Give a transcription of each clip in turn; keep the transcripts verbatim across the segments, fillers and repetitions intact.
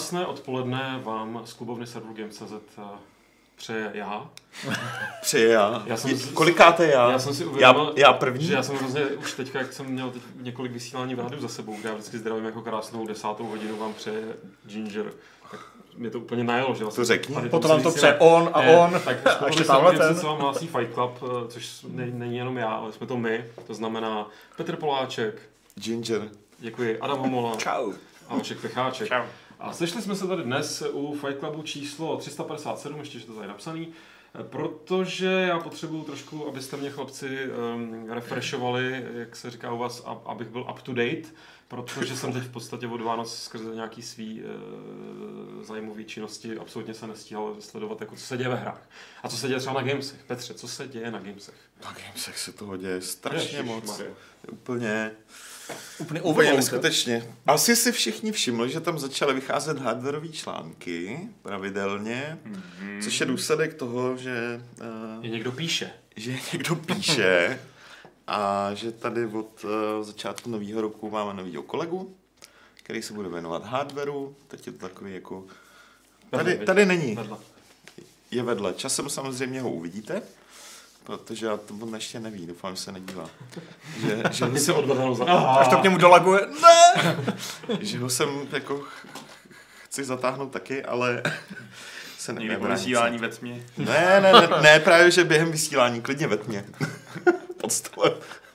Krásné odpoledne vám z klubovny serveru Games tečka cé zet přeje já. Přeje já. já jsem Je, kolikáte já? Já jsem si uvědomil, já, já první? že já jsem hrozně už teďka, jak jsem měl teď několik vysílání v rádiu za sebou, kde já vždycky zdravím jako krásnou desátou hodinu vám přeje Ginger. Tak mě to úplně najelo, že vlastně... To řekni. Potom vám to přeje on a on. Tak a ještě tamhle ten. se vám hlásí Fight Club, což není jenom já, ale jsme to my. To znamená Petr Poláček. Ginger. Děkuji. Adam Homola. Čau. A Vašek Pecháček. Čau. A sešli jsme se tady dnes u Fight Clubu číslo tři sta padesát sedm, ještě, že to tady napsaný, protože já potřebuju trošku, abyste mě chlapci um, refreshovali, jak se říká u vás, ab, abych byl up to date, protože jsem teď v podstatě od Vánoc skrze nějaký svý uh, zájmový činnosti absolutně se nestíhal sledovat, jako co se děje ve hrách. A co se děje třeba na Gamesech. Petře, co se děje na Gamesech? Na Gamesech se toho děje strašně Ježiš, moc. Marie. Úplně... Úplně Úplně neskutečně. Asi si všichni všimli, že tam začaly vycházet hardwareové články pravidelně, mm-hmm. což je důsledek toho, že... Uh, je někdo píše. Že někdo píše a že tady od uh, začátku nového roku máme novýho kolegu, který se bude věnovat hardwareu. Teď je to takový jako... Tady, tady není. Vedle. Je vedle. Časem samozřejmě ho uvidíte. Protože já to on ještě neví, doufám, že se nedívá. Že, že ho jsem odvedl za... Až to k němu dolaguje, ne! Že ho jsem jako chci zatáhnout taky, ale se někdy po vysílání ve tmě. Ne, ne, ne, ne, právě, že během vysílání, klidně ve tmě. Pod stolem.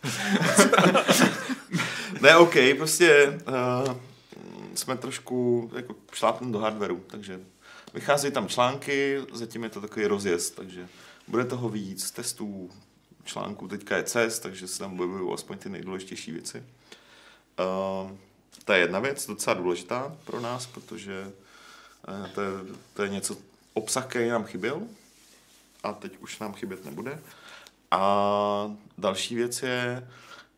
Ne, OK, prostě uh, jsme trošku jako šlápneme do hardwareu, takže vycházejí tam články, zatím je to takový rozjezd, takže bude toho víc, testů, článků, teďka je C E S, takže se tam objevují aspoň ty nejdůležitější věci. Uh, to je jedna věc, docela důležitá pro nás, protože uh, to, je, to je něco, obsah, který nám chyběl a teď už nám chybět nebude. A další věc je,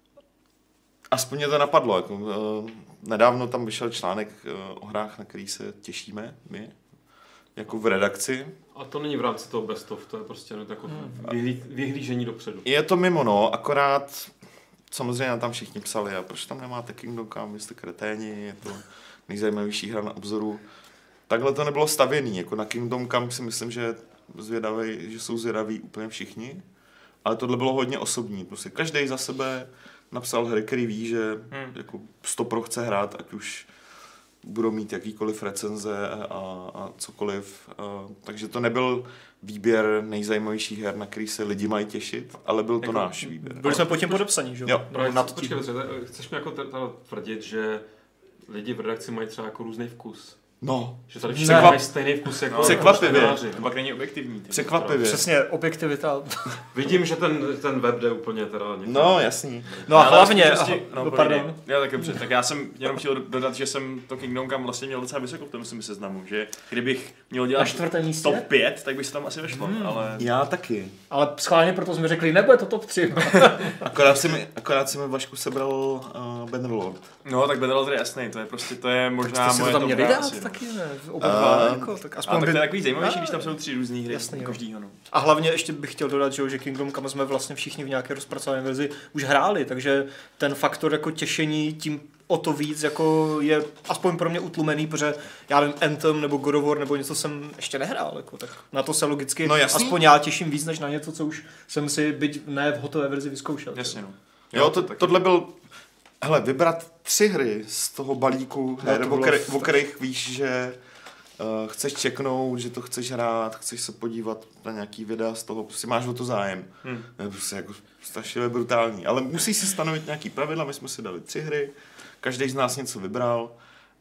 aspoň mě to napadlo, jako, uh, nedávno tam vyšel článek uh, o hrách, na který se těšíme my, jako v redakci. A to není v rámci toho best of, to je prostě jako vyhlí, vyhlížení dopředu. Je to mimo, no, akorát samozřejmě tam všichni psali, a proč tam nemáte Kingdom Come, vy jste kreténi, je to nejzajímavější hra na obzoru. Takhle to nebylo stavěný, jako na Kingdom Come si myslím, že, zvědavý, že jsou zvědaví úplně všichni, ale tohle bylo hodně osobní, prostě každý za sebe napsal hry, který ví, že hmm. jako sto pro chce hrát, ať už budou mít jakýkoliv recenze a, a cokoliv. A, takže to nebyl výběr nejzajímavějších her, na který se lidi mají těšit, ale byl to jako, náš výběr. Byli jsme po těm podepsaní, že jo? No, no, počkej, chceš mi jako tvrdit, že lidi v redakci mají třeba jako různý vkus? No. Že tady všichni mají stejný vkus jako překvapivě. To pak není objektivní. Překvapivě. Přesně, objektivita. Vidím, že ten, ten web jde úplně teda někde. No, jasný. No a hlavně, prostě, no, no, pardon. Já tak dobře, tak já jsem jenom chtěl dodat, že jsem to Kingdom Come vlastně měl docela vysoko v tom svým seznamu, že kdybych měl dělat top pět, tak by se tam asi vešlo, hmm. ale... Já taky. Ale schválně proto jsme řekli, nebude to top tři. akorát si mi, akorát si mi Vašku sebral uh, Bannerlord. No, tak Bannerlord je jasný, to je prostě, to je možná tak moje to tam měli dát asi, taky, ne? Uh, jako, tak aspoň a tak to je takový zajímavější, když tam jsou tři různý hry, jasný, každýho, no. A hlavně ještě bych chtěl dodat, že Kingdom Come jsme vlastně všichni v nějaké rozpracované verzi už hráli, takže ten faktor jako těšení tím o to víc jako je aspoň pro mě utlumený, protože já vím Anthem nebo God of War nebo něco jsem ještě nehrál, jako, tak na to se logicky no, aspoň já těším víc než na něco, co už jsem si byť ne v hotové verzi vyzkoušel. Jasně, no. Jo, jo to, tohle byl, hele, vybrat tři hry z toho balíku her, no, o, který, o kterých víš, že uh, chceš čeknout, že to chceš hrát, chceš se podívat na nějaký videa z toho, prostě máš o to zájem. Hmm. Je prostě jako strašně brutální, ale musíš si stanovit nějaký pravidla, my jsme si dali tři hry, každý z nás něco vybral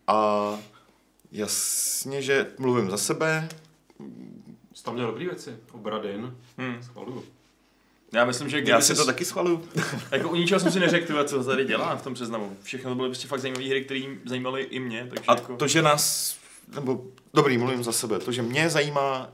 a jasně, že mluvím za sebe. Jsi tam měl dobrý věci, Obradin, hmm. schvaluju. Já myslím, že já si to taky schvaluju. Jako u ničeho jsem si neřekl, co tady dělá v tom seznamu. Všechno to byly prostě fakt zajímavé hry, které zajímaly i mě. Takže a jako... to, že nás, nebo dobrý, mluvím za sebe, to, že mě zajímá,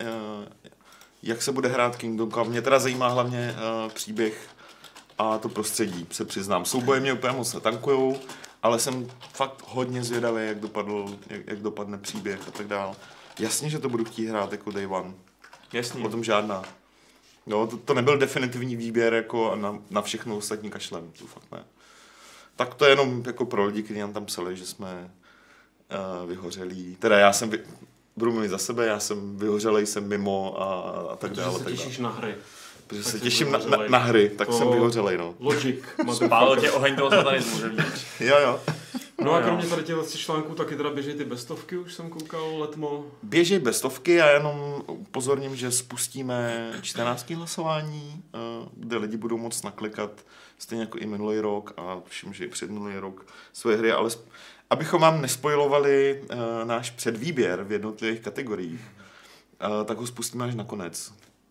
jak se bude hrát Kingdom Come, mě teda zajímá hlavně příběh a to prostředí, se přiznám. Souboje mě úplně moc netankujou, ale jsem fakt hodně zvědavý, jak, dopadl, jak, jak dopadne příběh a tak dál. Jasně, že to budu chtít hrát jako Day One. Jasně. O tom žádná. No, to, to nebyl definitivní výběr jako na, na všechno ostatní kašlem, to fakt ne. Tak to je jenom jako pro lidi, kteří nám tam psali, že jsme uh, vyhořelý. Teda já jsem, vy... budu mluvit za sebe, já jsem vyhořelej, jsem mimo a, a tak dále. Protože se těšíš na hry. Protože se těším na, na, na hry, tak to jsem vyhořelej, no. Logic. Spálil tě oheň toho satanismu, že víš. Jo, jo. No a kromě tady těchto článků taky teda běží ty bestovky, už jsem koukal, letmo. Běží bestovky a jenom upozorním, že spustíme čtrnácté hlasování, kde lidi budou moct naklikat stejně jako i minulý rok a všim, že i před minulý rok svoje hry, ale abychom vám nespojovali náš předvýběr v jednotlivých kategoriích, tak ho spustíme až nakonec.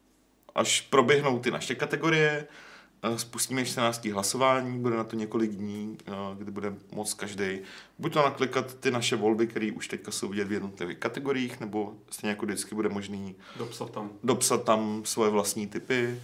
Až proběhnou ty naše kategorie, spustíme čtrnácté hlasování, bude na to několik dní, kdy bude moct každý buď to naklikat ty naše volby, které už teďka jsou vidět v jednotlivých kategoriích, nebo stejně jako vždycky bude možný dopsat tam, dopsat tam svoje vlastní typy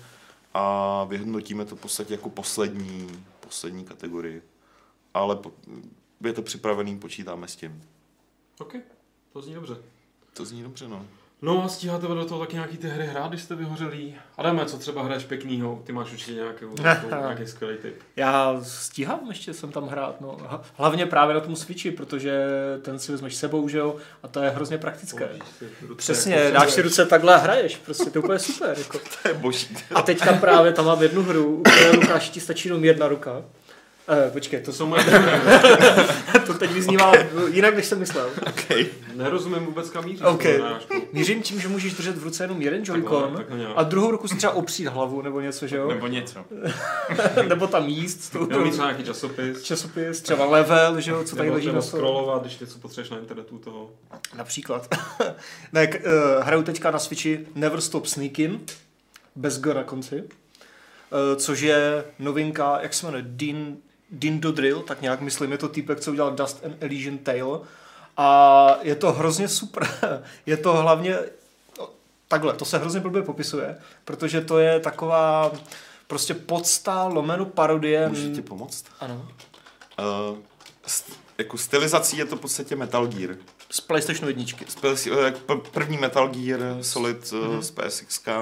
a vyhodnotíme to v podstatě jako poslední, poslední kategorii. Ale je to připravený, počítáme s tím. OK, to zní dobře. To zní dobře, no. No a stíháte do toho taky nějaký ty hry hrát, když jste vyhořelí? Adame, co třeba hraješ pěknýho? Ty máš určitě nějaký, nějaký skvělý tip. Já stíhám ještě sem tam hrát, no. Hlavně právě na tom Switchi, protože ten si vezmeš sebou, že jo, a to je hrozně praktické. Ruce, Přesně, jako dáš si ruce takhle a hraješ, prostě to je úplně super. Jako. To je boží. A teďka právě tam mám jednu hru, u které Lukáš ti stačí jenom jedna ruka. Eh, počkej, to jsou moje druhé. To teď vyznívá jinak, než jsem myslel. Okay. Nerozumím vůbec, kam míříš. Okay. Mířím tím, že můžeš držet v ruce jenom jeden Joy-Con a druhou ruku si třeba opřít hlavu nebo něco, že jo? Nebo něco. Nebo tam jíst. Nebo mít nějaký časopis. Časopis, třeba level, že jo, co tady leží na stole. Nebo scrollovat, když něco potřebuješ na internetu toho. Například. Ne, k, uh, hraju teďka na Switchi Never Stop Sneaking, bez G na konci, uh, což je novinka, jak se jmenuje, Dean... Dindo Drill, tak nějak myslím, je to týpek, co udělal Dust and Elysian Tale a je to hrozně super. Je to hlavně, takhle, to se hrozně blbě popisuje, protože to je taková prostě podsta lomeno parodie. Můžu ti pomoct? Ano. Uh, st- jako stylizací je to v podstatě Metal Gear. Z PlayStation jedničky. První Metal Gear Solid mm-hmm. z P S X,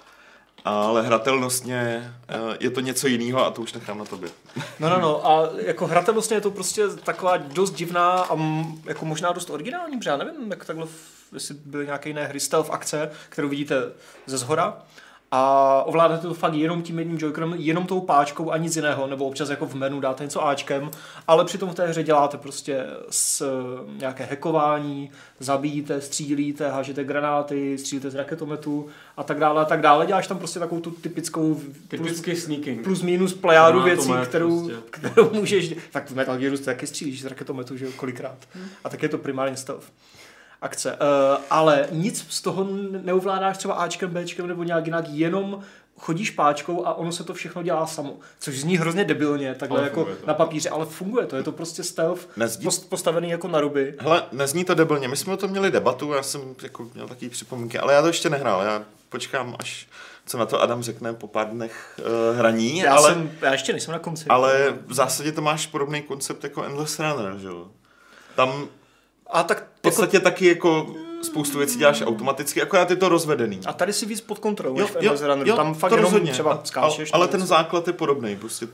ale hratelnostně je to něco jiného a to už nechám na tobě. No, no, no. A jako hratelnostně je to prostě taková dost divná a jako možná dost originální, protože já nevím, jak takhle, jestli byly nějaké jiné hry, stealth akce, kterou vidíte ze zhora. A ovládáte to fakt jenom tím jedním joyconem, jenom tou páčkou a nic jiného, nebo občas jako v menu dáte něco áčkem, ale přitom v té hře děláte prostě s nějaké hackování, zabíjíte, střílíte, hážete granáty, střílíte z raketometu a tak dále a tak dále. Děláš tam prostě takovou tu typickou typický plus, sneaking. Plus minus plejádu věcí, kterou, prostě. kterou můžeš, tak v Metal Gearu taky střílíš z raketometu, že jo, kolikrát. Hmm. A tak je to primárně stealth akce. Uh, ale nic z toho neovládáš třeba Ačkem, Bčkem nebo nějak jinak, jenom chodíš páčkou a ono se to všechno dělá samo. Což zní hrozně debilně, takhle jako na papíře, ale funguje to. Je to prostě stealth Nezdí... postavený jako na ruby. Hele, nezní to debilně. My jsme o tom měli debatu, já jsem jako měl takový připomínky, ale já to ještě nehrál. Já počkám, až co na to Adam řekne po pár dnech uh, hraní. Já, ale, jsem, já ještě nejsem na konci. Ale v zásadě to máš podobný koncept jako Endless Runner, že jo? Tam a tak v podstatě jako... taky jako spoustu věcí děláš automaticky, akorát je to rozvedený. A tady si víc pod kontrolou, jo, v Endless Runneru. Jo, tam fakt to jenom rozhodně. třeba skáčeš. Ale ten základ je podobný, prostě.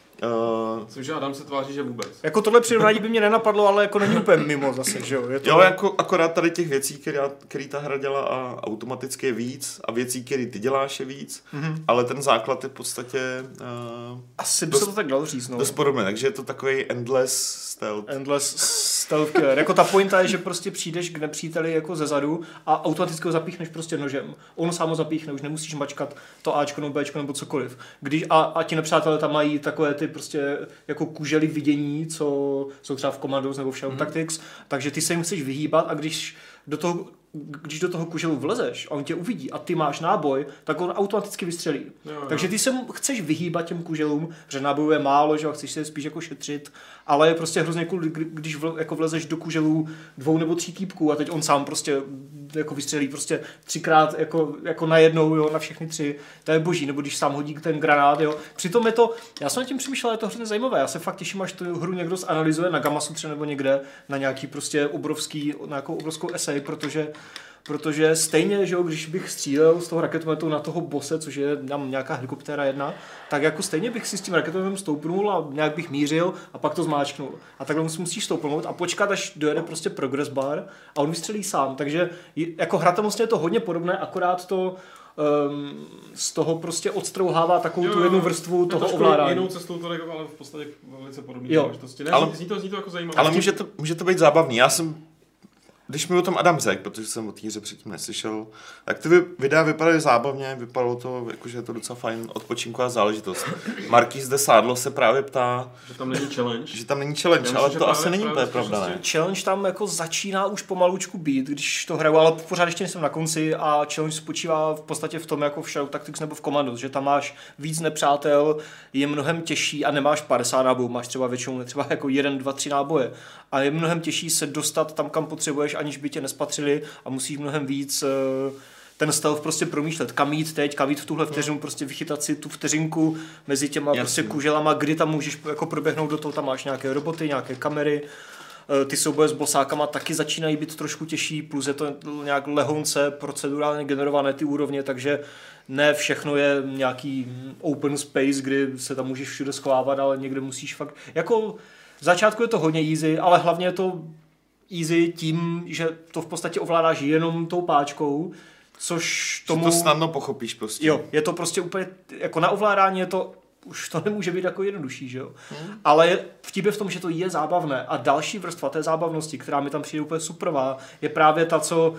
Uh, Což Adam se tváří, že vůbec. Jako tohle přirovnání by mě nenapadlo, ale jako není úplně mimo zase, že jo? Je to... Jo, jako akorát tady těch věcí, který ta hra dělá a automaticky je víc a věcí, které ty děláš je víc, mm-hmm. ale ten základ je v podstatě uh, asi by dost, se to tak dalo říct, no. Dost podobné, takže je to takový endless stealth. Endless stealth killer. Jako ta pointa je, že prostě přijdeš k nepříteli jako ze zadu a automaticky ho zapíchneš prostě nožem. On sám ho zapíchne, už nemusíš mačkat to Ačko nebo Bčko nebo cokoliv. Když, a, a ti nepřátelé tam mají takové ty prostě jako kužely vidění, co jsou třeba v Commandos nebo v Shadow mm. Tactics, takže ty se jim chceš vyhýbat a když do toho, když do toho kuželu vlezeš a on tě uvidí a ty máš náboj, tak on automaticky vystřelí. Jo, jo. Takže ty se chceš vyhýbat těm kuželům, že nábojů je málo, že chceš se spíš jako šetřit, ale je prostě hrozně cool, když vle, jako vlezeš do kuželů dvou nebo tří týpků a teď on sám prostě jako vystřelí prostě třikrát jako, jako najednou, jo, na všechny tři. To je boží, nebo když sám hodí ten granát, jo. Přitom je to, já jsem nad tím přemýšlel, je to hrozně zajímavé. Já se fakt těším, až tu hru někdo zanalizuje na Gamasutře nebo někde na nějaký prostě obrovský, na nějakou obrovskou esej, protože protože stejně, že jo, když bych střílel z toho raketometu na toho bose, což je tam nějaká helikoptéra jedna, tak jako stejně bych si s tím raketometem stoupnul a nějak bych mířil a pak to zmáčknul. A takhle musíš stoupnout a počkat, až dojede prostě progress bar a on vystřelí sám. Takže jako hratelnostně je to hodně podobné, akorát to um, z toho prostě odstrouhává takovou jo, tu jednu vrstvu toho ovládání. Jinou cestou to jde, ale v podstatě velice podobný záležitosti. Ne, ale, zní, to, zní to jako zajímavé. Ale může to, může to být zábavný. Já jsem Když mi o tom Adam řekl, protože jsem o té hře předtím neslyšel, tak ty videa vypadaly zábavně, vypadalo to, jakože je to docela fajn odpočinková záležitost. Marquis de Sádlo se právě ptá, že tam není challenge, že tam není challenge, ale to asi není úplně pravda, ne? Challenge tam jako začíná už pomalučku být, když to hraju, ale pořád ještě nejsem na konci a challenge spočívá v podstatě v tom, jako v Shadow Tactics nebo v Commandos, že tam máš víc nepřátel, je mnohem těžší a nemáš padesát nábojů, máš třeba většinou třeba jako jeden, dva, tři náboje a je mnohem těžší se dostat tam, kam potřebuješ, aniž by tě nespatřili a musíš mnohem víc ten stealth prostě promýšlet, kam jít teď, kam jít v tuhle vteřinu, prostě vychytat si tu vteřinku mezi těma Jasný. prostě kuželama, kdy tam můžeš jako proběhnout do toho, tam máš nějaké roboty, nějaké kamery, ty souboje s bosákama taky začínají být trošku těžší, plus je to nějak lehonce procedurálně generované ty úrovně, takže ne všechno je nějaký open space, kdy se tam můžeš všude schovávat, ale někde musíš fakt, jako v začátku je to hodně easy, ale hlavně je to easy tím, že to v podstatě ovládáš jenom tou páčkou, což tomu... Že to snadno pochopíš prostě. Jo, je to prostě úplně, jako na ovládání je to, už to nemůže být jako jednodušší, že jo. Hmm. Ale vtip je v tom, že to je zábavné a další vrstva té zábavnosti, která mi tam přijde úplně superová, je právě ta, co, uh,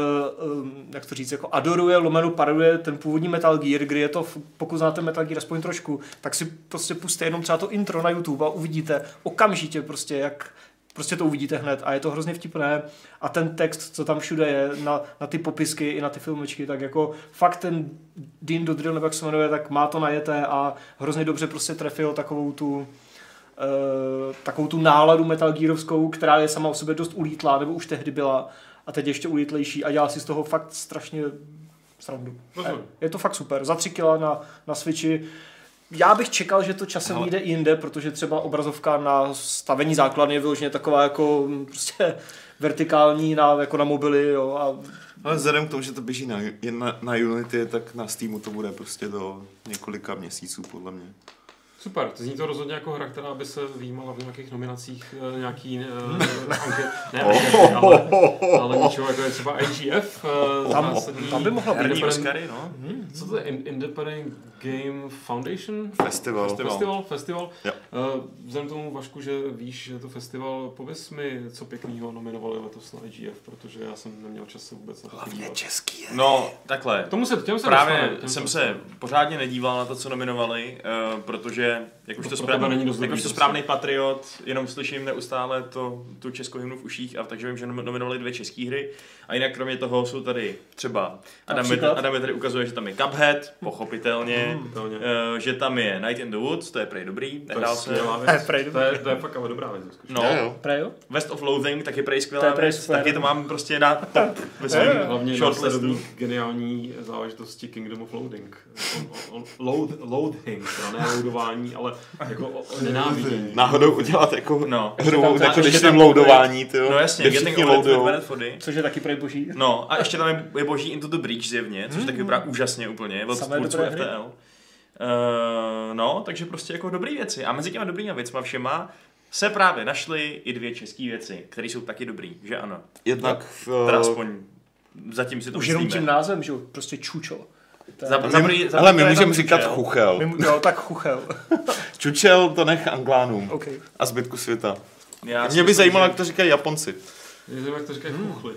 uh, jak to říct, jako adoruje, lomenu paruje ten původní Metal Gear, kdy je to, pokud znáte Metal Gear aspoň trošku, tak si prostě puste jenom třeba to intro na YouTube a uvidíte okamžitě prostě, jak prostě to uvidíte hned a je to hrozně vtipné a ten text, co tam všude je, na, na ty popisky i na ty filmečky, tak jako fakt ten Dean Dodrill, nebo jak se jmenuje, tak má to najeté a hrozně dobře prostě trefil takovou tu uh, takovou tu náladu Metal Gearovskou, která je sama o sobě dost ulítlá, nebo už tehdy byla a teď ještě ulítlejší a dělá si z toho fakt strašně srandu. Je to fakt super. Za tři kila na, na Switchi. Já bych čekal, že to časem ale... jde i jinde, protože třeba obrazovka na stavení základny je vyloženě taková jako prostě vertikální na, jako na mobily. Jo, a... Ale vzhledem k tomu, že to běží na, na, na Unity, tak na Steamu to bude prostě do několika měsíců, podle mě. Super, to zní to rozhodně jako hra, která by se výjímala v nějakých nominacích, nějaký uh, anket, ne ankety, ale, ale něčeho jako je třeba I G F. Uh, tam, tam by mohla být Oscary, no. Hmm. Co to je? Independent Game Foundation? Festival. Festival, festival. festival. Ja. Uh, vzhledem tomu, Vašku, že víš, že to festival, pověz mi, co pěknýho nominovali letos na I G F, protože já jsem neměl čas se vůbec na to Hlavně český. No, takhle. Tomu se, těm se Právě dostane, jsem se pořádně nedíval na to, co nominovali, uh, protože jakožto to správný, jakožto správný patriot, jenom slyším neustále to, tu českou hymnu v uších, a takže vím, že nominovali dvě české hry. A jinak kromě toho jsou tady třeba, Adam, Adam tady ukazuje, že tam je Cuphead, pochopitelně, mm, uh, že tam je Night in the Woods, to je prej dobrý, nehrál jsem. To je, to je, to je fakt ale dobrá věc. No, jo. West of Loathing, taky prej skvělá věc, taky to mám prostě na top ve svém hlavně následovník geniální záležitosti Kingdom of Loathing. Load, loathing, ne loadování, ale jako nenávidění. Náhodou udělat jako no. hru o nekonečném loadování, tyjo. No jasně, Getting Over with Fody. Což je taky prej boží. No a ještě tam je, je boží Into the Breach zjevně, což mm. taky vypadá úžasně úplně, od tvůrců F T L. Uh, no, takže prostě jako dobrý věci. A mezi těma dobrýma věcma všema se právě našly i dvě české věci, které jsou taky dobrý, že ano? Jednak v... Teda aspoň zatím si to už myslíme. Už jenom tím názvem, že jo, prostě čučo. Za, za prý, za ale my můžeme říkat chuchel. My, jo, tak chuchel. Čučel to nech Anglánům okay. a zbytku světa. Já Mě by zajímalo, že... jak to říkají Japonci. Mě zajímalo, jak to říkají hmm. chuchli.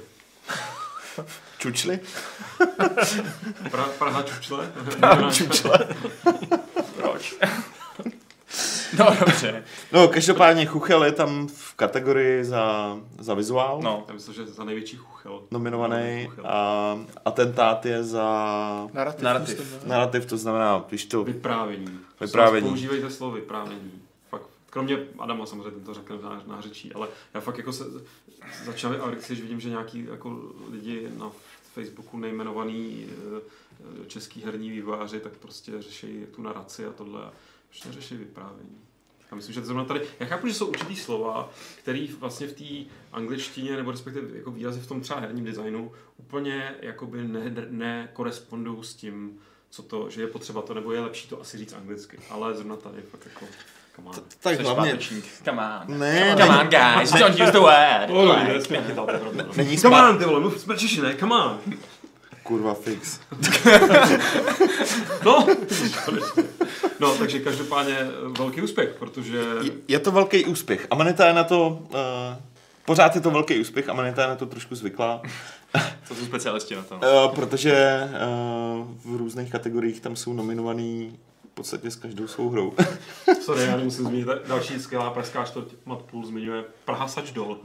Čučli? pra, Praha čučle? Praha čučle. Proč? No dobře. No každopádně chuchel je tam v kategorii za, za vizuál. No, já myslím, že za největší chuchel. Nominovaný a atentát je za narrativ. Narrativ, narrativ to znamená, když to... Vyprávění. Vyprávění. Používejte slovo vyprávění. Fakt, kromě Adama samozřejmě ten to řekne na, na řečí, ale já fakt jako se začali, a když vidím, že nějaký jako lidi na Facebooku nejmenovaný český herní vývojáři, tak prostě řeší tu naraci a tohle. Proč neřeší vyprávění? Já myslím, že to zrovna tady, já chápu, že jsou určitý slova, které vlastně v té angličtině, nebo respektive jako výrazy v tom třeba herním designu, úplně jakoby nekorespondují ne s tím, co to, že je potřeba to, nebo je lepší to asi říct anglicky, ale zrovna tady fakt jako, come on. Tak hlavně... Come on. Ne, come on, guys, don't use the word. Oh, nesmím chytat, to je problém. Není Come spát. on, ty vole, mluv jsme Češi, ne? Come on. Kurva fix. No, no, takže každopádně velký úspěch, protože... Je, je to velký úspěch. Amanita je na to... Uh, pořád je to velký úspěch, Amanita je na to trošku zvyklá. To jsou specialisti na to. Uh, protože uh, v různých kategoriích tam jsou nominovaný v podstatě s každou svou hrou. Sorry, já nemusím zmínit. Další skvělá pražská čtvrť Matpool zmiňuje Praha Sačdol.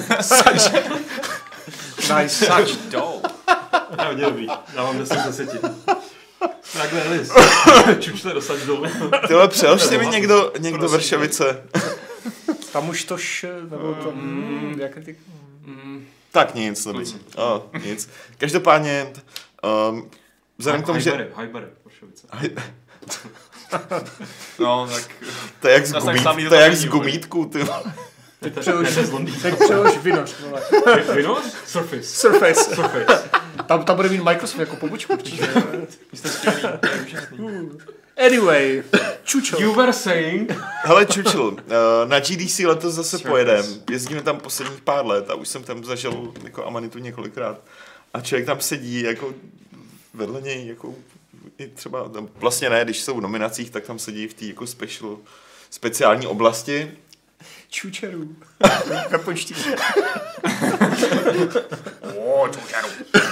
Nice. Sačdol. Já hodně dobrý. Dávám deset z deseti. Takhle Elis. Čučte do Sačdolu. Tyhle, přeložte mi někdo, někdo Vršovice. Tam už to š... nebo to... Mm, jak ty... Mm. Tak nic, dobrý. Oh, nic. Každopádně, um, vzhledem k tomu, že... Hajbery, Hajbery, Vršovice. No, tak... To je jak z, Zas gumít, tak samý to to je jak není, z gumítku, ty vole. Teď přelož- z Londýna. Tak přelož vinoř, vole. Vinoř? Surface. Surface. Surface. Tam, tam bude mít Microsoft jako pobočku určitě. Jste skvělý, to je úžasný. Anyway, Čučo. You were saying... Hele, Čučil, uh, na G D C letos zase Circus. pojedem. Jezdíme tam posledních pár let a už jsem tam zažil jako Amanitu několikrát. A člověk tam sedí jako vedle něj, jako i třeba, tam, vlastně ne, když jsou v nominacích, tak tam sedí v té jako special, speciální oblasti. Čučerů. V japonštině. O, čučaru.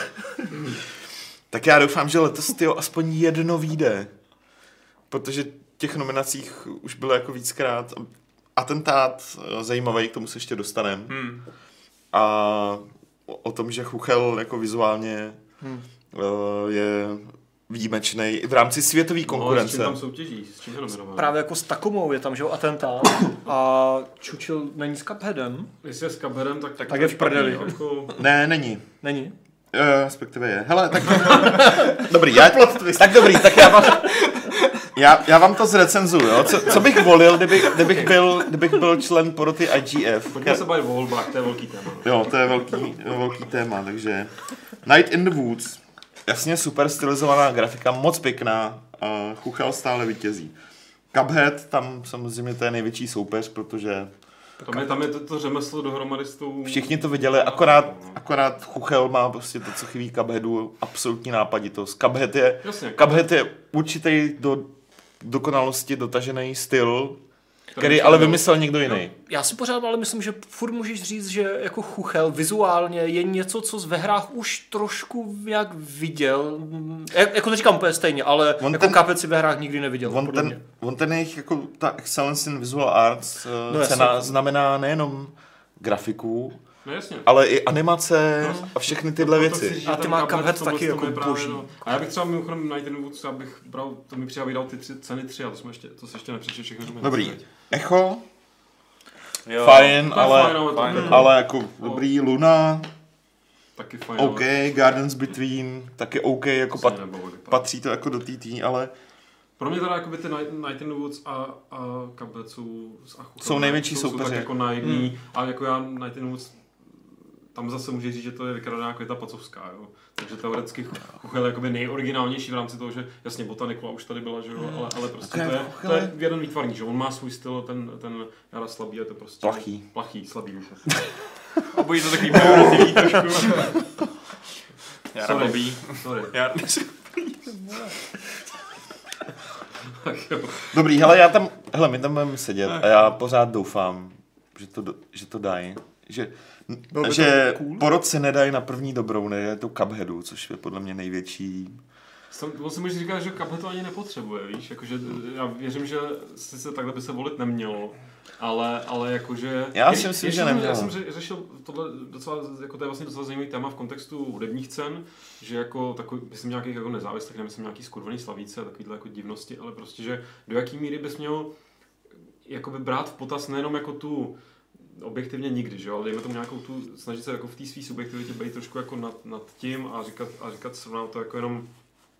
Tak já doufám, že letos tyjo, aspoň jedno vyjde. Protože těch nominacích už bylo jako víckrát. Atentát zajímavý, k tomu se ještě dostaneme. Hmm. A o, o tom, že Chuchel jako vizuálně Hmm. uh, je výjimečný i v rámci světové konkurence. No, s čím tam soutěží? S čím je nominovaný? Právě jako s Takomou je tam, že jo, atentát. A Čučil není s Cupheadem. Jestli je s Kaberem, tak, tak, Tak je v prdeli. Jako... Ne, není. Není. Uh, respektive je. Hele, tak... dobrý, já... tak dobrý, tak já vám... Já, já vám to zrecenzuju, jo? Co, co bych volil, kdybych, kdybych, byl, kdybych byl člen poroty I G F? Pojďme se bavit o volbách, to je velký téma. Jo, to je velký, velký téma, takže... Night in the Woods. Jasně super stylizovaná grafika, moc pěkná. Uh, Chuchel stále vítězí. Cuphead, tam samozřejmě to je největší soupeř, protože Tam je, tam je to, to řemeslo dohromady s tou... všichni to viděli, akorát, akorát Chuchel má prostě to, co chybí Cupheadu, absolutní nápaditost. Cuphead je, Jasně. Cuphead je určitý do dokonalosti dotažený styl, který Který ale byl- vymyslel někdo jiný. Já si pořád ale myslím, že furt můžeš říct, že jako Chuchel vizuálně je něco, co z ve hrách už trošku nějak viděl. Jak, jako neříkám úplně stejně, ale On jako ten- Cuphead si ve hrách nikdy neviděl. On podle ten, mě. on ten jejich, jako ta Excellence in Visual Arts No no, cena jasně. znamená nejenom grafiku, No jasně. ale i animace No. a všechny tyhle To- to chci věci. říct, že A ty ten má Cuphead Cuphead v tomhle taky tom jako je právě, boží. no. A já bych třeba mimochodem Night in the Woods, abych bral, to mi přijde vydal ty tři, ceny tři, a to jsme ještě, to se ještě nepřečetl všechno. nominace Dobrý. teď. Echo, Jo. fajn, To je ale, fajn, ale to- fajn. ale jako dobrý. Luna, Taky fajn. OK, Gardens Between, taky OK, jako pat, patří to jako do T T, ale Pro mě teda jakoby ty Night, Night in the Woods a, a Cuphead jsou, a Chuchel Jsou největší jsou, jsou soupeři. tak jako naivní, hmm. a jako já Night in the Woods, tam zase může říct, že to je vykradená květa pacovská, jo. Takže teoreticky Chuchel je jakoby nejoriginálnější v rámci toho, že jasně Botanicula už tady byla, že jo, ale, ale prostě Okay, to, je, Chuchel to je- je jeden výtvarník, že on má svůj styl, ten, ten Jara slabý, je to prostě Plachý. plachý, slabý už. A bojí to takový pejorativní trošku. Já Sorry. blbý. Sorry. Já Tak jo. dobrý, hele, já tam, hele, my tam budeme sedět a já pořád doufám, že to, do- že to dají, že, Bylo by to že cool. porotci nedají na první dobrou, ne, to Cupheadu, což je podle mě největší. Jsem, on si může říkat, že Cuphead to ani nepotřebuje, víš, jakože já věřím, že sice takhle by se volit nemělo, ale, ale jakože... Já si myslím, že jsem- nemělo. Já jsem ře- řešil tohle docela, jako to je vlastně docela zajímavý téma v kontextu hudebních cen, že jako takový, myslím nějakých jako nezávislých, nemyslím nějaký skurvený slavíce a takovýhle jako divnosti, ale prostě, že do jaký míry bys měl jakoby brát v potaz nejenom jako tu objektivně nikdy, že jo, ale dejme tomu nějakou tu, snažit se jako v té své subjektivitě být trošku jako nad, nad tím a říkat, a říkat srovnat to jako jenom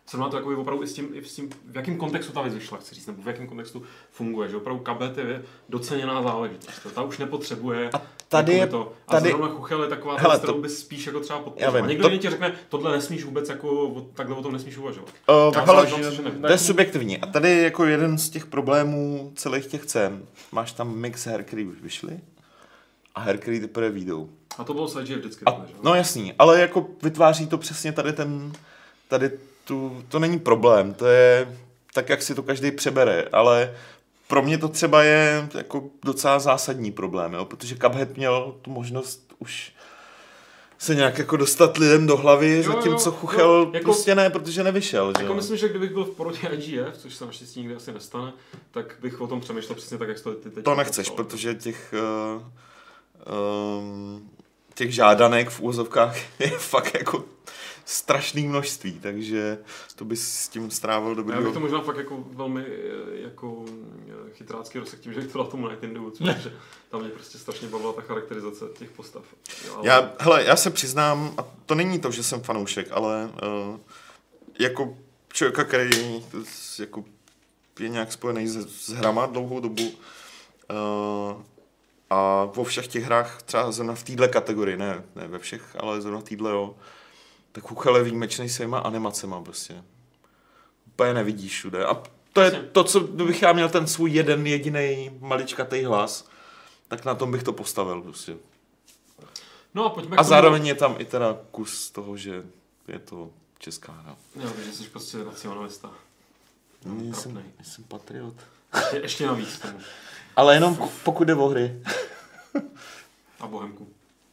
srovná to jakoby opravdu i s tím, i s tím, v jakém kontextu ta věc vyšla, chci říct, nebo v jakém kontextu funguje, že opravdu Cuphead je doceněná záležitost. Ta už nepotřebuje a tady je to. A tady... zrovna Chuchel je taková, Hele, věc, kterou to... bys spíš jako třeba podpořil. A někdo to... jiný ti řekne, tohle nesmíš vůbec jako, takhle o tom nesmíš uvažovat. Uh, tak hele, záleží, že to je subjektivní. A tady je jako jeden z těch problémů celých těch cen. Máš tam mix her, který už vyšly a her, který teprve vyjdou. A to bylo sadže vždycky. A, no jasný, ale jako vytváří to přesně tady ten, tady tu, to není problém, to je tak, jak si to každý přebere, ale pro mě to třeba je jako docela zásadní problém, jo? Protože Cuphead měl tu možnost už se nějak jako dostat lidem do hlavy, jo, zatímco Chuchel jo, jako, prostě ne, protože nevyšel. Jako že? Myslím, že kdybych byl v porotě I G F, což se naštěstí nikdy asi nestane, tak bych o tom přemýšlel přesně tak, jak to ty teď. To nechceš, popsal, protože těch uh, um, těch žádanek v úvozovkách je fakt jako strašný množství, takže to bys s tím strávil dobrý. Já bych to možná fakt jako velmi jako chytrácký rozsek tím, že bych to dal tomu Nintendu, protože tam mě prostě strašně bavila ta charakterizace těch postav. Jo, ale... Já, hele, já se přiznám, a to není to, že jsem fanoušek, ale uh, jako člověka, který jako je nějak spojený s, s hrama dlouhou dobu uh, a vo všech těch hrách, třeba zrovna v téhle kategorii, ne, ne ve všech, ale zrovna v téhle, jo, tak Chuchel je výjimečný svýma animacema prostě. Úplně nevidíš všude. A to je to, co bych já měl ten svůj jeden jediný maličkatej hlas, tak na tom bych to postavil prostě. No a pojďme a zároveň je tam i teda kus toho, že je to česká hra. Jo, takže jsi prostě nacionalista. No, jsem, jsem patriot. Ještě, ještě navíc tomu. Ale jenom pokud jde o hry. A Bohemku.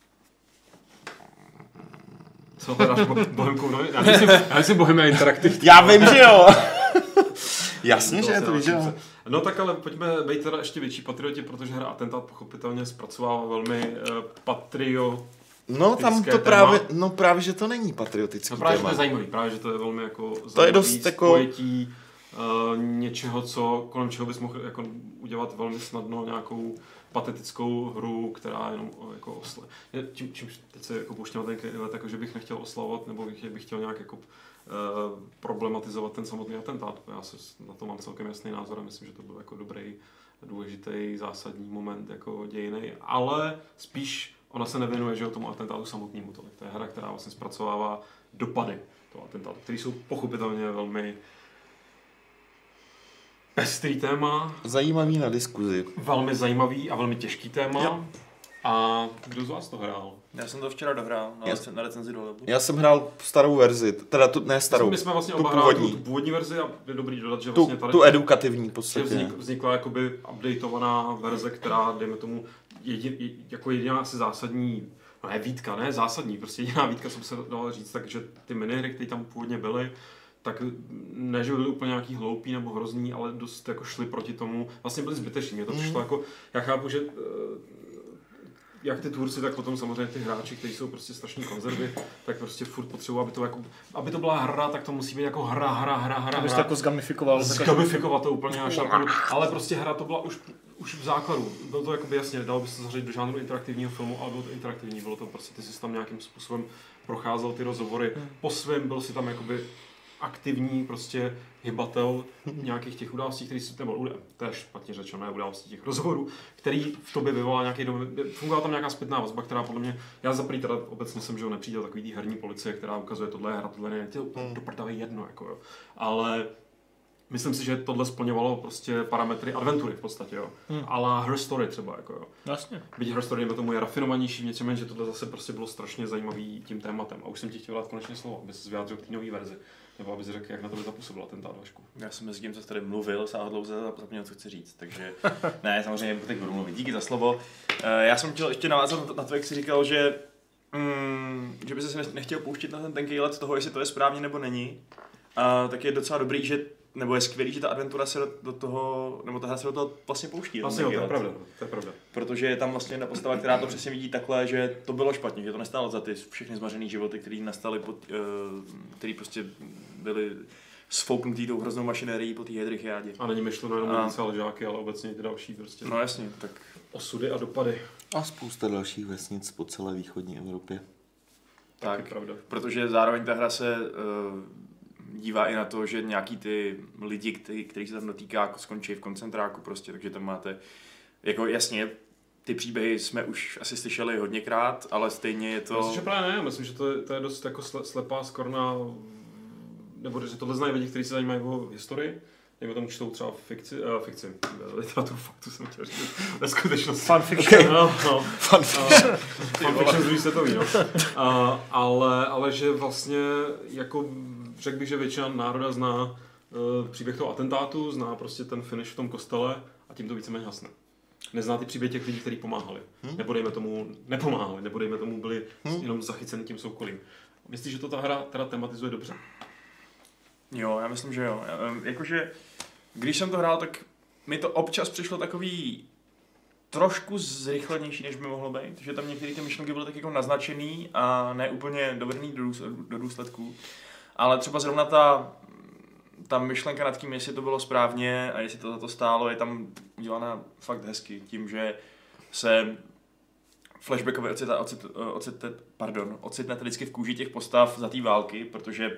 Co hledáš bo- Bohemku? No, já myslím, já myslím Bohemia Interactive. Já vím, že jo. Jasně, že je to, že jo. No tak ale pojďme být teda ještě větší patrioti, protože hra Atentát pochopitelně zpracovává velmi uh, patrio. No tam to téma. právě, no právě, že to není patriotický no, právě, téma. Že to je zajímavý, právě, že to je velmi jako to je dost jako pojetí uh, něčeho, co, kolem čeho bys mohl jako udělat velmi snadno nějakou patetickou hru, která jenom jako osle. Čím, čím teď se jako pouštím na ten kredilet, jako že bych nechtěl oslavovat, nebo bych, bych chtěl nějak jako uh, problematizovat ten samotný atentát. Já se na to mám celkem jasný názor a myslím, že to byl jako dobrý, důležitý, zásadní moment jako dějiny, ale spíš ona se nevěnuje, že o tomu atentátu samotnému tolik. To je hra, která vlastně zpracovává dopady toho atentátu, které jsou pochopitelně velmi pestrý téma. Zajímavý na diskuzi. Velmi zajímavý a velmi těžký téma. Jo. A kdo z vás to hrál? Já jsem to včera dohrál na, Já, na recenzi do webu. Já jsem hrál starou verzi, teda tu, ne starou, My jsme vlastně tu oba původní. hráli tu, tu původní verzi a je dobrý dodat, že vlastně tu, tady... Tu edukativní v podstatě. Vznik, vznikla jakoby updateovaná verze, která, dejme tomu, jedin, jako jediná asi zásadní, no ne výtka, ne zásadní, prostě jediná výtka, co by se dalo říct, takže ty minihry, které tam původně byly, tak ne, že byly úplně nějaký hloupý nebo hrozný, ale dost jako šli proti tomu, vlastně byly zbyteční. Mně to přišlo jako, já chápu, že jak ty tvůrci, tak potom samozřejmě ty hráči, kteří jsou prostě strašní konzervy, tak prostě furt potřebují, aby to jako, aby to byla hra, tak to musí být jako hra, hra, hra, hra. Aby to jako zgamifikoval. Zgamifikovat to úplně až naplno, ale prostě hra to byla už, už v základu. Bylo to jakoby jasně, dalo by se zařadit do žánru interaktivního filmu, ale bylo to interaktivní, bylo to prostě, ty jsi tam nějakým způsobem procházel ty rozhovory po svém, byl si tam jakoby aktivní prostě hybatel nějakých těch událostí, který si, nebo to je špatně řečeno, ne událostí těch rozhovorů, který v tobě vyvolá nějaký dom... fungovala tam nějaká zpětná vazba, která podle mě, já za první teda obecně jsem, že nepřítel takový tý herní policie, která ukazuje tohle je hra, tohle ne, ty hmm. do prdavy jedno, jako jo. Ale myslím si, že tohle splňovalo prostě parametry adventury v podstatě, jo. Hmm. Ale Her Story třeba, jako jo. Jasně. Byť Her Story tomu je rafinovanější, v něčem, že tohle zase prostě bylo strašně zajímavý tím tématem. A už jsem ti chtěl dát konečně slovo, aby se vyjádřil k té nové verzi. Nebo abys řekl, jak na to by zapůsobila ten Vašku. Já jsem mezi tím, co jsi tady mluvil, sáhl dlouze a zapomněl, co chci říct. Takže ne, samozřejmě teď budu mluvit. Díky za slovo. Já jsem chtěl ještě navázat na to, jak jsi říkal, že, mm, že by se nechtěl pouštět na ten tenký let toho, jestli to je správně nebo není. A tak je docela dobrý, že nebo je skvělý, že ta adventura se do, do toho, nebo ta hra se do toho vlastně pouští. Vlastně jo, to je pravda, to je pravda. Protože je tam vlastně jedna postava, která to přesně vidí takhle, že to bylo špatně, že to nestálo za ty všechny zmařený životy, které nastaly, pod, který prostě byly sfouknutý tou hroznou mašinérií po té Hedrychiádě. A není myšleno jenom na celé žáky, ale obecně i ty další prostě. No jasně, tak osudy a dopady. A spousta dalších vesnic po celé východní Evropě. Tak, tak pravda. Protože zároveň ta hra se uh, dívá i na to, že nějaký ty lidi, který, který se tam dotýká, jako skončí v koncentráku prostě, takže tam máte, jako jasně, ty příběhy jsme už asi slyšeli hodněkrát, ale stejně je to... Myslím, že právě ne, myslím, že to je, to je dost jako slepá skorna, nebo že tohle znají lidi, kteří se zajímají o historii, nebo tam čtou třeba fikci, uh, fikci, literaturu faktu jsem chtěl říct, ve skutečnosti. Fun fiction. Okay. No, no. Fun fiction. Uh, fun fiction z druhé světový, no. Uh, ale, ale že vlastně, jako řekl bych, že většina národa zná uh, příběh toho atentátu, zná prostě ten finish v tom kostele a tím to víceméně hasne. Nezná ty příběhy těch lidí, kteří pomáhali. Hmm? Nebo dejme tomu nepomáhali, nebo dejme tomu byli hmm? jenom zachyceni tím soukolím. Myslíš, že to ta hra teda tematizuje dobře? Jo, já myslím, že jo. Jakože, když jsem to hrál, tak mi to občas přišlo takový trošku zrychlenější, než by mohlo být. Že tam některé ty myšlenky byly tak jako naznačený a ne úplně dovedený do důsledků. Ale třeba zrovna ta, ta myšlenka nad tím, jestli to bylo správně a jestli to za to stálo, je tam udělaná fakt hezky. Tím, že se flashbackově ocitá, ocit, ocit, pardon, ocitnete vždycky v kůži těch postav za té války, protože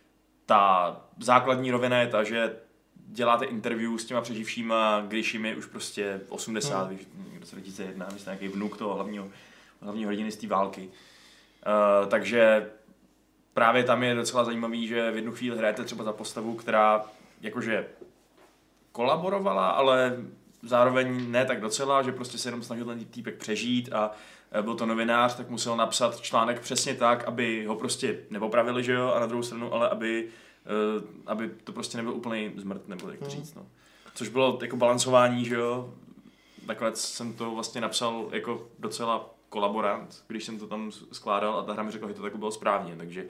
ta základní rovina je ta, že děláte interview s těma přeživšíma, když jim je už prostě osmdesát, hmm. v roce dva tisíce jedna, myslím, nějaký vnuk toho hlavního, hlavního hrdiny z té války. Uh, takže právě tam je docela zajímavý, že v jednu chvíli hrajete třeba za postavu, která jakože kolaborovala, ale zároveň ne tak docela, že prostě se jenom snažil ten týpek přežít a byl to novinář, tak musel napsat článek přesně tak, aby ho prostě neopravili, že jo, a na druhou stranu, ale aby, uh, aby to prostě nebyl úplný zmrt, nebo jak to říct, no. Což bylo jako balancování, že jo, nakonec jsem to vlastně napsal jako docela kolaborant, když jsem to tam skládal a ta hra mi řekla, že to tak bylo správně, takže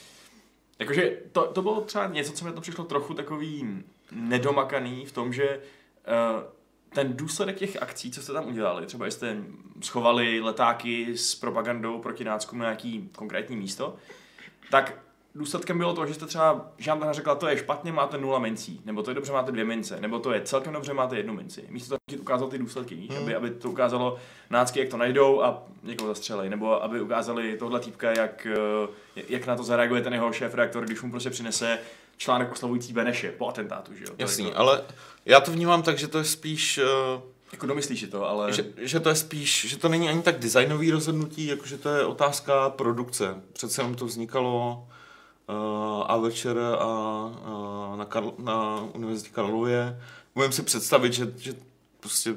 jakože to, to bylo třeba něco, co mi to přišlo trochu takový nedomakaný v tom, že uh, ten důsledek těch akcí, co jste tam udělali, třeba jste schovali letáky s propagandou proti náckům na nějaký konkrétní místo, tak důsledkem bylo to, že jste třeba, že vám ta řekla, to je špatně, máte nula mincí, nebo to je dobře, máte dvě mince, nebo to je celkem dobře, máte jednu minci. Místo toho, že ukázal ty důsledky, hmm. aby, aby to ukázalo nácky, jak to najdou a někoho zastřelej, nebo aby ukázali tohle týpka, jak, jak na to zareaguje ten jeho šéf-redaktor, když mu prostě přinese článek oslavující Beneše po atentátu, že jo? Jasný, jako... ale já to vnímám tak, že to je spíš... Uh... Jako domyslíš si to, ale... Že, že to je spíš, že to není ani tak designový rozhodnutí, jako že to je otázka produkce. Přece jenom to vznikalo uh, a večer a uh, na, Karl, na Univerzitě Karlově. Můžeme si představit, že, že prostě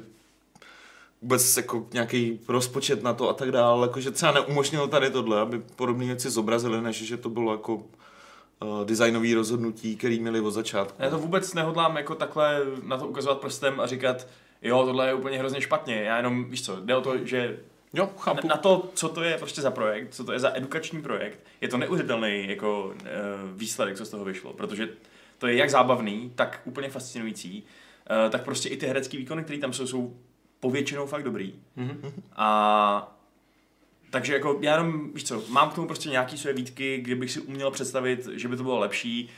vůbec jako nějaký rozpočet na to a tak dále, jakože třeba neumožnil tady tohle, aby podobné věci zobrazili, než že to bylo jako uh, designový rozhodnutí, který měli od začátku. Já to vůbec nehodlám jako takhle na to ukazovat prstem a říkat, jo, tohle je úplně hrozně špatně. Já jenom, víš co, jde o to, že jo, chápu. Na, na to, co to je prostě za projekt, co to je za edukační projekt, je to neuvěřitelný jako uh, výsledek, co z toho vyšlo, protože to je jak zábavný, tak úplně fascinující, uh, tak prostě i ty herecké výkony, které tam jsou, jsou povětšinou fakt dobrý. Mm-hmm. A takže jako já jenom, víš co, mám k tomu prostě nějaký své výtky, kdybych si uměl představit, že by to bylo lepší.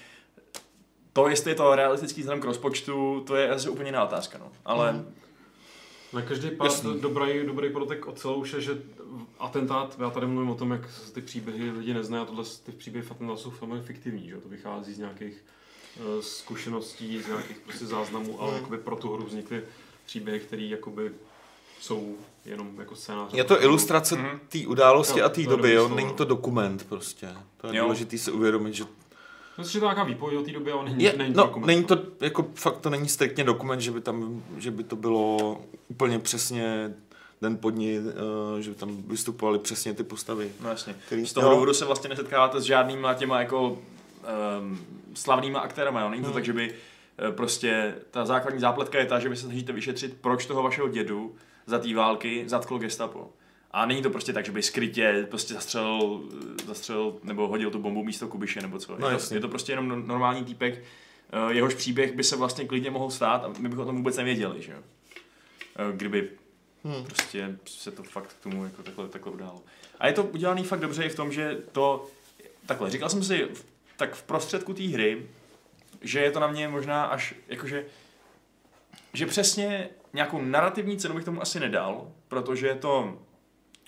To, jestli je to realistický vzhledem k rozpočtu, to je zase úplně jiná otázka, no. Ale... Mm. Na každý pád dobrý, dobrý podotek od Celouše, že atentát, já tady mluvím o tom, jak ty příběhy lidi neznají, a tohle ty příběhy v atentátu jsou filmově fiktivní, že? To vychází z nějakých uh, zkušeností, z nějakých prostě záznamů, ale jakoby pro tu hru vznikly příběhy, které jakoby jsou jenom jako scénář. Je to ilustrace mm-hmm. té události no, a té doby, jo? Není to dokument prostě. To je jo. důležitý si uvědomit, že myslím, že to je nějaká výpověď o té době, ale není, je, není to no, dokument. Není to, jako fakt to není striktně dokument, že by tam, že by to bylo úplně přesně den po dní, uh, že by tam vystupovali přesně ty postavy. No jasně. Který, z toho jo. důvodu se vlastně nesetkáváte s žádnýma těma jako um, slavnýma aktérama, jo? Není to hmm. tak, že by uh, prostě ta základní zápletka je ta, že vy se snažíte vyšetřit, proč toho vašeho dědu za té války zatklo gestapo. A není to prostě tak, že by skrytě prostě zastřelil, zastřelil nebo hodil tu bombu místo Kubiše nebo co. No, je, to, je to prostě jenom normální týpek, jehož příběh by se vlastně klidně mohl stát a my bychom o tom vůbec nevěděli, že jo. Kdyby hmm. prostě se to fakt k tomu jako takhle, takhle událo. A je to udělaný fakt dobře i v tom, že to, takhle, říkal jsem si tak v prostředku té hry, že je to na mě možná až, jakože, že přesně nějakou narrativní cenu bych tomu asi nedal, protože je to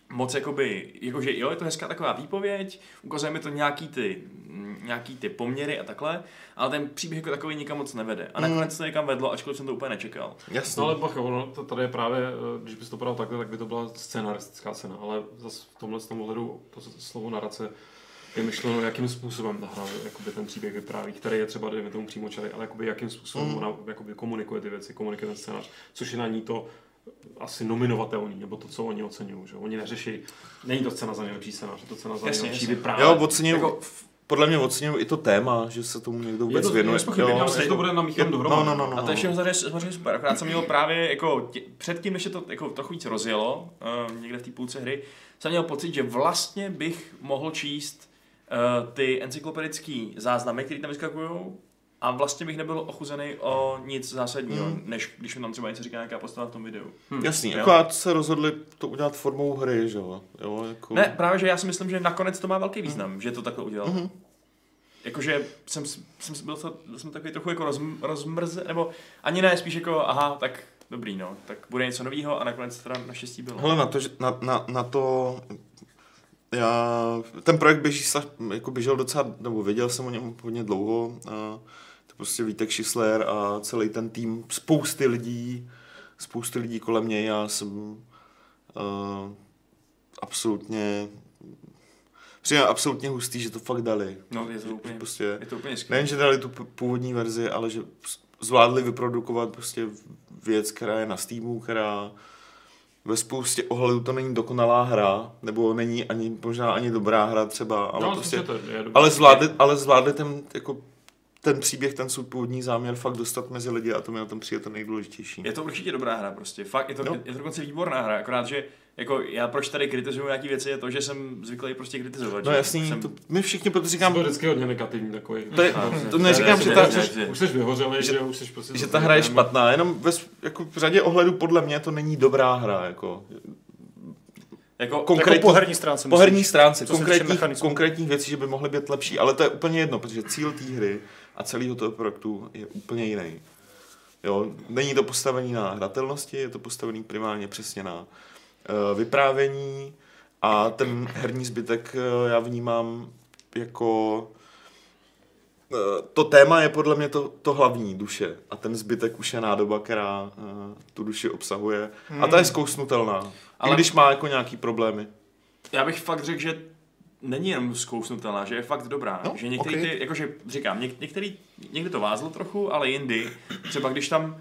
moc jakoby, jakože jo, je to hezká taková výpověď, ukazuje mi to nějaký ty, nějaký ty poměry a takhle, ale ten příběh jako takový nikam moc nevede. A nakonec to někam vedlo, ačkoliv jsem to úplně nečekal. Jasně. No ale bacha, ono, to tady je právě, když bys to podal takhle, tak by to byla scenaristická cena, ale zase v tomhle tom ohledu to slovo narace je myšleno, jakým způsobem ta hra jakoby ten příběh vypráví, který je třeba, dejme tomu přímočarý, ale jakoby jakým způsobem mm. ona jakoby komunikuje ty věci, komunikuje ten scénář, což je na ní to asi nominovatelný, nebo to, co oni oceňují, že oni neřeší, není to cena za nejlepší scénář, je to cena za nejlepší vyprávění. Jo, oceňují, jako, podle mě oceňují i to téma, že se tomu někdo vůbec věnuje. Já myslím, že to bude namíchat dohromady. No, no, no, no. A to ještě samozřejmě super, akorát jsem měl právě, jako tě, předtím, než se to jako trochu víc rozjelo, uh, někde v té půlce hry, jsem měl pocit, že vlastně bych mohl číst uh, ty encyklopedické záznamy, které tam vyskakují, a vlastně bych nebyl ochuzený o nic zásadního, hmm. než když mi tam třeba něco říká nějaká postava v tom videu. Hmm. Jasný, akorát se rozhodli to udělat formou hry, že jo? Jako... Ne, právě, že já si myslím, že nakonec to má velký význam, hmm. že to takhle udělal. Hmm. Jakože jsem, jsem byl, byl jsem takový trochu jako rozm, rozmrze, nebo ani ne, spíš jako, aha, tak dobrý, no, tak bude něco novýho a nakonec to teda naštěstí bylo. Hele, na to, že, na, na, na to, já, ten projekt běží, jako běžel docela, nebo věděl jsem o něm hodně dlouho, a to prostě Vítek Šisler a celý ten tým, spousty lidí, spousty lidí kolem něj, já jsem uh, absolutně, přijde absolutně hustý, že to fakt dali. No, je to úplně, prostě, je to úplně skvělé. Nejen, že dali tu původní verzi, ale že zvládli vyprodukovat prostě věc, která je na Steamu, která ve spoustě ohledů to není dokonalá hra, nebo není ani, možná ani dobrá hra třeba, ale, no, prostě, to je ale, zvládli, ale zvládli ten, jako, ten příběh, ten svůj původní záměr fakt dostat mezi lidi a to mi na tom přijde to nejdůležitější. Je to určitě dobrá hra prostě, fakt, je to, no. je to dokonce výborná hra, akorát, že jako já proč tady kritizuju nějaký věci je to, že jsem zvyklý prostě kritizovat. No jasný, jsem... to, my všichni proto říkám... To je vždycky hodně negativní takový. To, je, to neříkám, že ta... Už jsi vyhořelý, že už jsi prostě... Že ta hra je špatná, jenom ve, jako v řadě ohledů podle mě to není dobrá hra, jako... Jako, konkrétní, jako po herní stránce. Po herní stránce, konkrétních, konkrétních věcí, že by mohly být lepší, ale to je úplně jedno, protože cíl té hry a celého toho projektu je úplně jiný. Jo, není to postavený na hratelnosti, je to postavený primárně přesně na uh, vyprávění a ten herní zbytek uh, já vnímám jako... Uh, to téma je podle mě to, to hlavní duše a ten zbytek už je nádoba, která uh, tu duši obsahuje hmm. a ta je zkousnutelná, ale i když má jako nějaký problémy. Já bych fakt řekl, že není jenom zkousnutelná, že je fakt dobrá. No, že některý okay. ty, jakože říkám, něk, některý, někdy to vázlo trochu, ale jindy, třeba když tam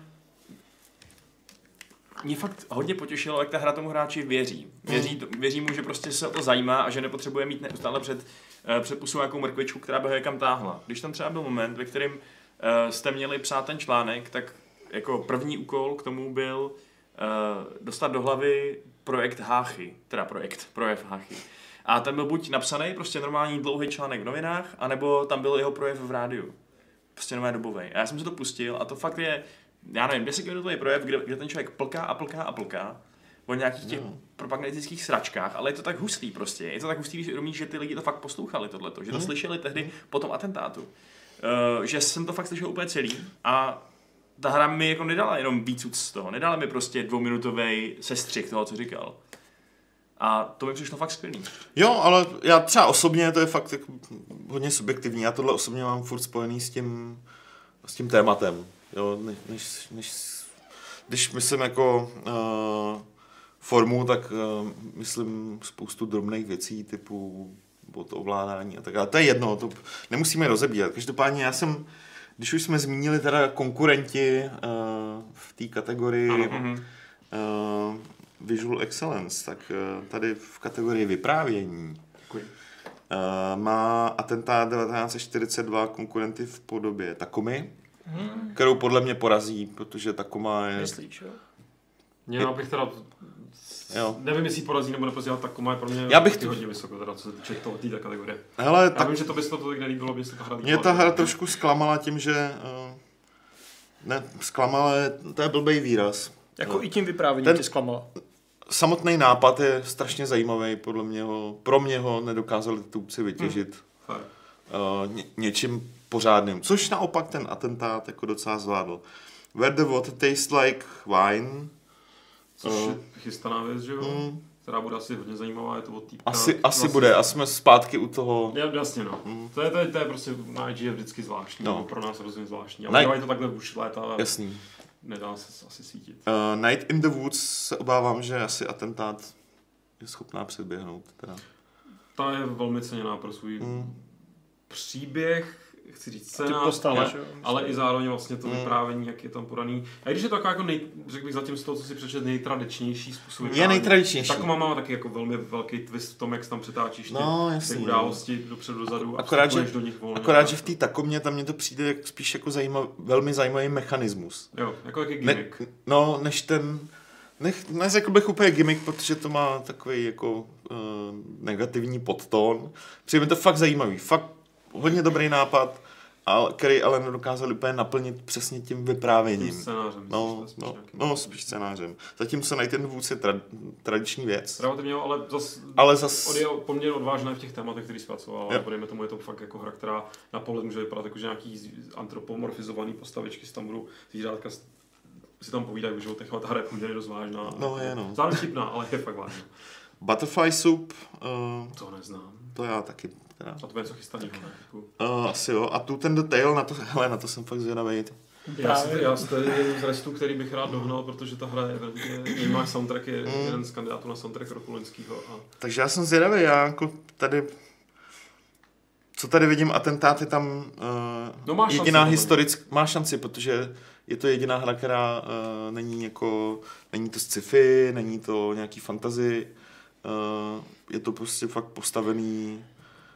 mě fakt hodně potěšilo, jak ta hra tomu hráči věří. Věří, to, věří mu, že prostě se o to zajímá a že nepotřebuje mít neustále před, před pusou nějakou mrkvičku, která by ho někam táhla. Když tam třeba byl moment, ve kterém uh, jste měli psát ten článek, tak jako první úkol k tomu byl uh, dostat do hlavy projekt Háchy, teda projekt, projev Háchy. A ten byl buď napsaný, prostě normální dlouhý článek v novinách, anebo tam byl jeho projev v rádiu. Prostě nové dobovej. A já jsem si to pustil a to fakt je, já nevím, desetiminutový projev, kde, kde ten člověk plká a plká a plká o nějakých těch no. propagandistických sračkách, ale je to tak hustý prostě. Je to tak hustý, když umíš, že ty lidi to fakt poslouchali tohleto, že to hmm. slyšeli tehdy po tom atentátu. Uh, že jsem to fakt slyšel úplně celý a ta hra mi jako nedala jenom víc z toho, nedala mi prostě dvouminutový sestřih toho, co říkal. A to mi přišlo fakt skvělý. Jo, ale já třeba osobně, to je fakt jako hodně subjektivní, já tohle osobně mám furt spojený s tím, s tím tématem. Jo, než, než, když myslím jako uh, formu, tak uh, myslím spoustu drobných věcí typu od ovládání a tak dále. To je jedno, to nemusíme rozebírat. Každopádně já jsem, když už jsme zmínili teda konkurenti uh, v té kategorii uh, Visual Excellence, tak uh, tady v kategorii vyprávění uh, má Atentát devatenáct set čtyřicet dva konkurenty v podobě Takomy, hmm. kterou podle mě porazí, protože Takoma je... Myslíš, jo? Já bych teda... Jo. Nevím, jestli porazí nebo neporazí, ale Takoma je pro mě já bych to... hodně vysoko, teda, co se týče toho té kategorie. Hele, já tak... vím, že to by se to tolik nelíbilo, by se ta hra Mě ta hra trošku zklamala tím, že... Uh, ne, zklamala, to je blbej výraz. Jako uh, i tím vyprávěním ten... tě zklamala. Samotný nápad je strašně zajímavý, podle mě ho, pro mě ho nedokázali tvůrci vytěžit hmm. uh, ně, něčím pořádným, což naopak ten atentát jako docela zvládl. Where the water tastes like wine. Což uh, je chystaná věc, že jo? Mm, která bude asi hodně zajímavá, je to od týpka. Asi, asi vlastně, bude, a jsme zpátky u toho. Jasně, no. Mm. To, je, to, je, to je prostě na I G je vždycky zvláštní, no. Pro nás rozhodně zvláštní. Ale dělají to takhle už léta. Jasný. Nedá se asi sítit. Uh, Night in the Woods se obávám, že asi atentát je schopná předběhnout. Teda. Ta je velmi ceněná pro svůj mm. příběh, chci říct scénář, postavy, ale, že? ale i zároveň vlastně to mm. vyprávění, jak je tam podaný. A když je to jako nej, řekl bych zatím z toho, co si přečet, nejtradičnější způsob vyprávění. Je nejtradičnější. Tak má, má taky jako velmi velký twist v tom, jak se tam přetáčíš ty, no, ty události dopředu, dozadu a akorát, že, do nich volně. Akorát, že v té takomě tam mně to přijde jak, spíš jako zajímav, velmi zajímavý mechanismus. Jo, jako jaký gimmick. Ne, no, než ten... Nech, neřekl bych úplně gimmick, protože to má takový jako uh, negativní podtón. Přijde mi to fakt zajímavý, fakt hodně dobrý nápad, ale, který ale nedokázal úplně naplnit přesně tím vyprávěním. Tím scénářem. No, spíš no, nějakým... no, spíš scénářem. Zatímco Night in the Woods je tra, tradiční věc. Relativně, ale zas, ale zas... od je poměrně odvážné v těch tématech, který zpracoval, ale podejme tomu, je to fakt jako hra, která na pohled může vypadat jako, že nějaký antropomorfizovaný postavičky si tam budou zvířátka si tam povídají o životech, ale ta hra je poměrně dost vážná. No je, no. Zároveň vtipná, ale je fakt vážná. Butterfly Soup. Uh, to neznám. To já taky. Teda. A to je něco chystaného. Uh, asi jo. A tu ten detail, na to, hele, na to jsem fakt zvědavý. Já jsem já tady jeden z restů, který bych rád dohnal, protože ta hra je velmi, má soundtrack, je mm. jeden z kandidátů na soundtrack roku loňskýho. A... Takže já jsem zvědavý, já jako tady, co tady vidím, atentáty tam uh, no má jediná historická, má šanci, protože je to jediná hra, která uh, není jako, není to sci-fi, není to nějaký fantasy, uh, je to prostě fakt postavený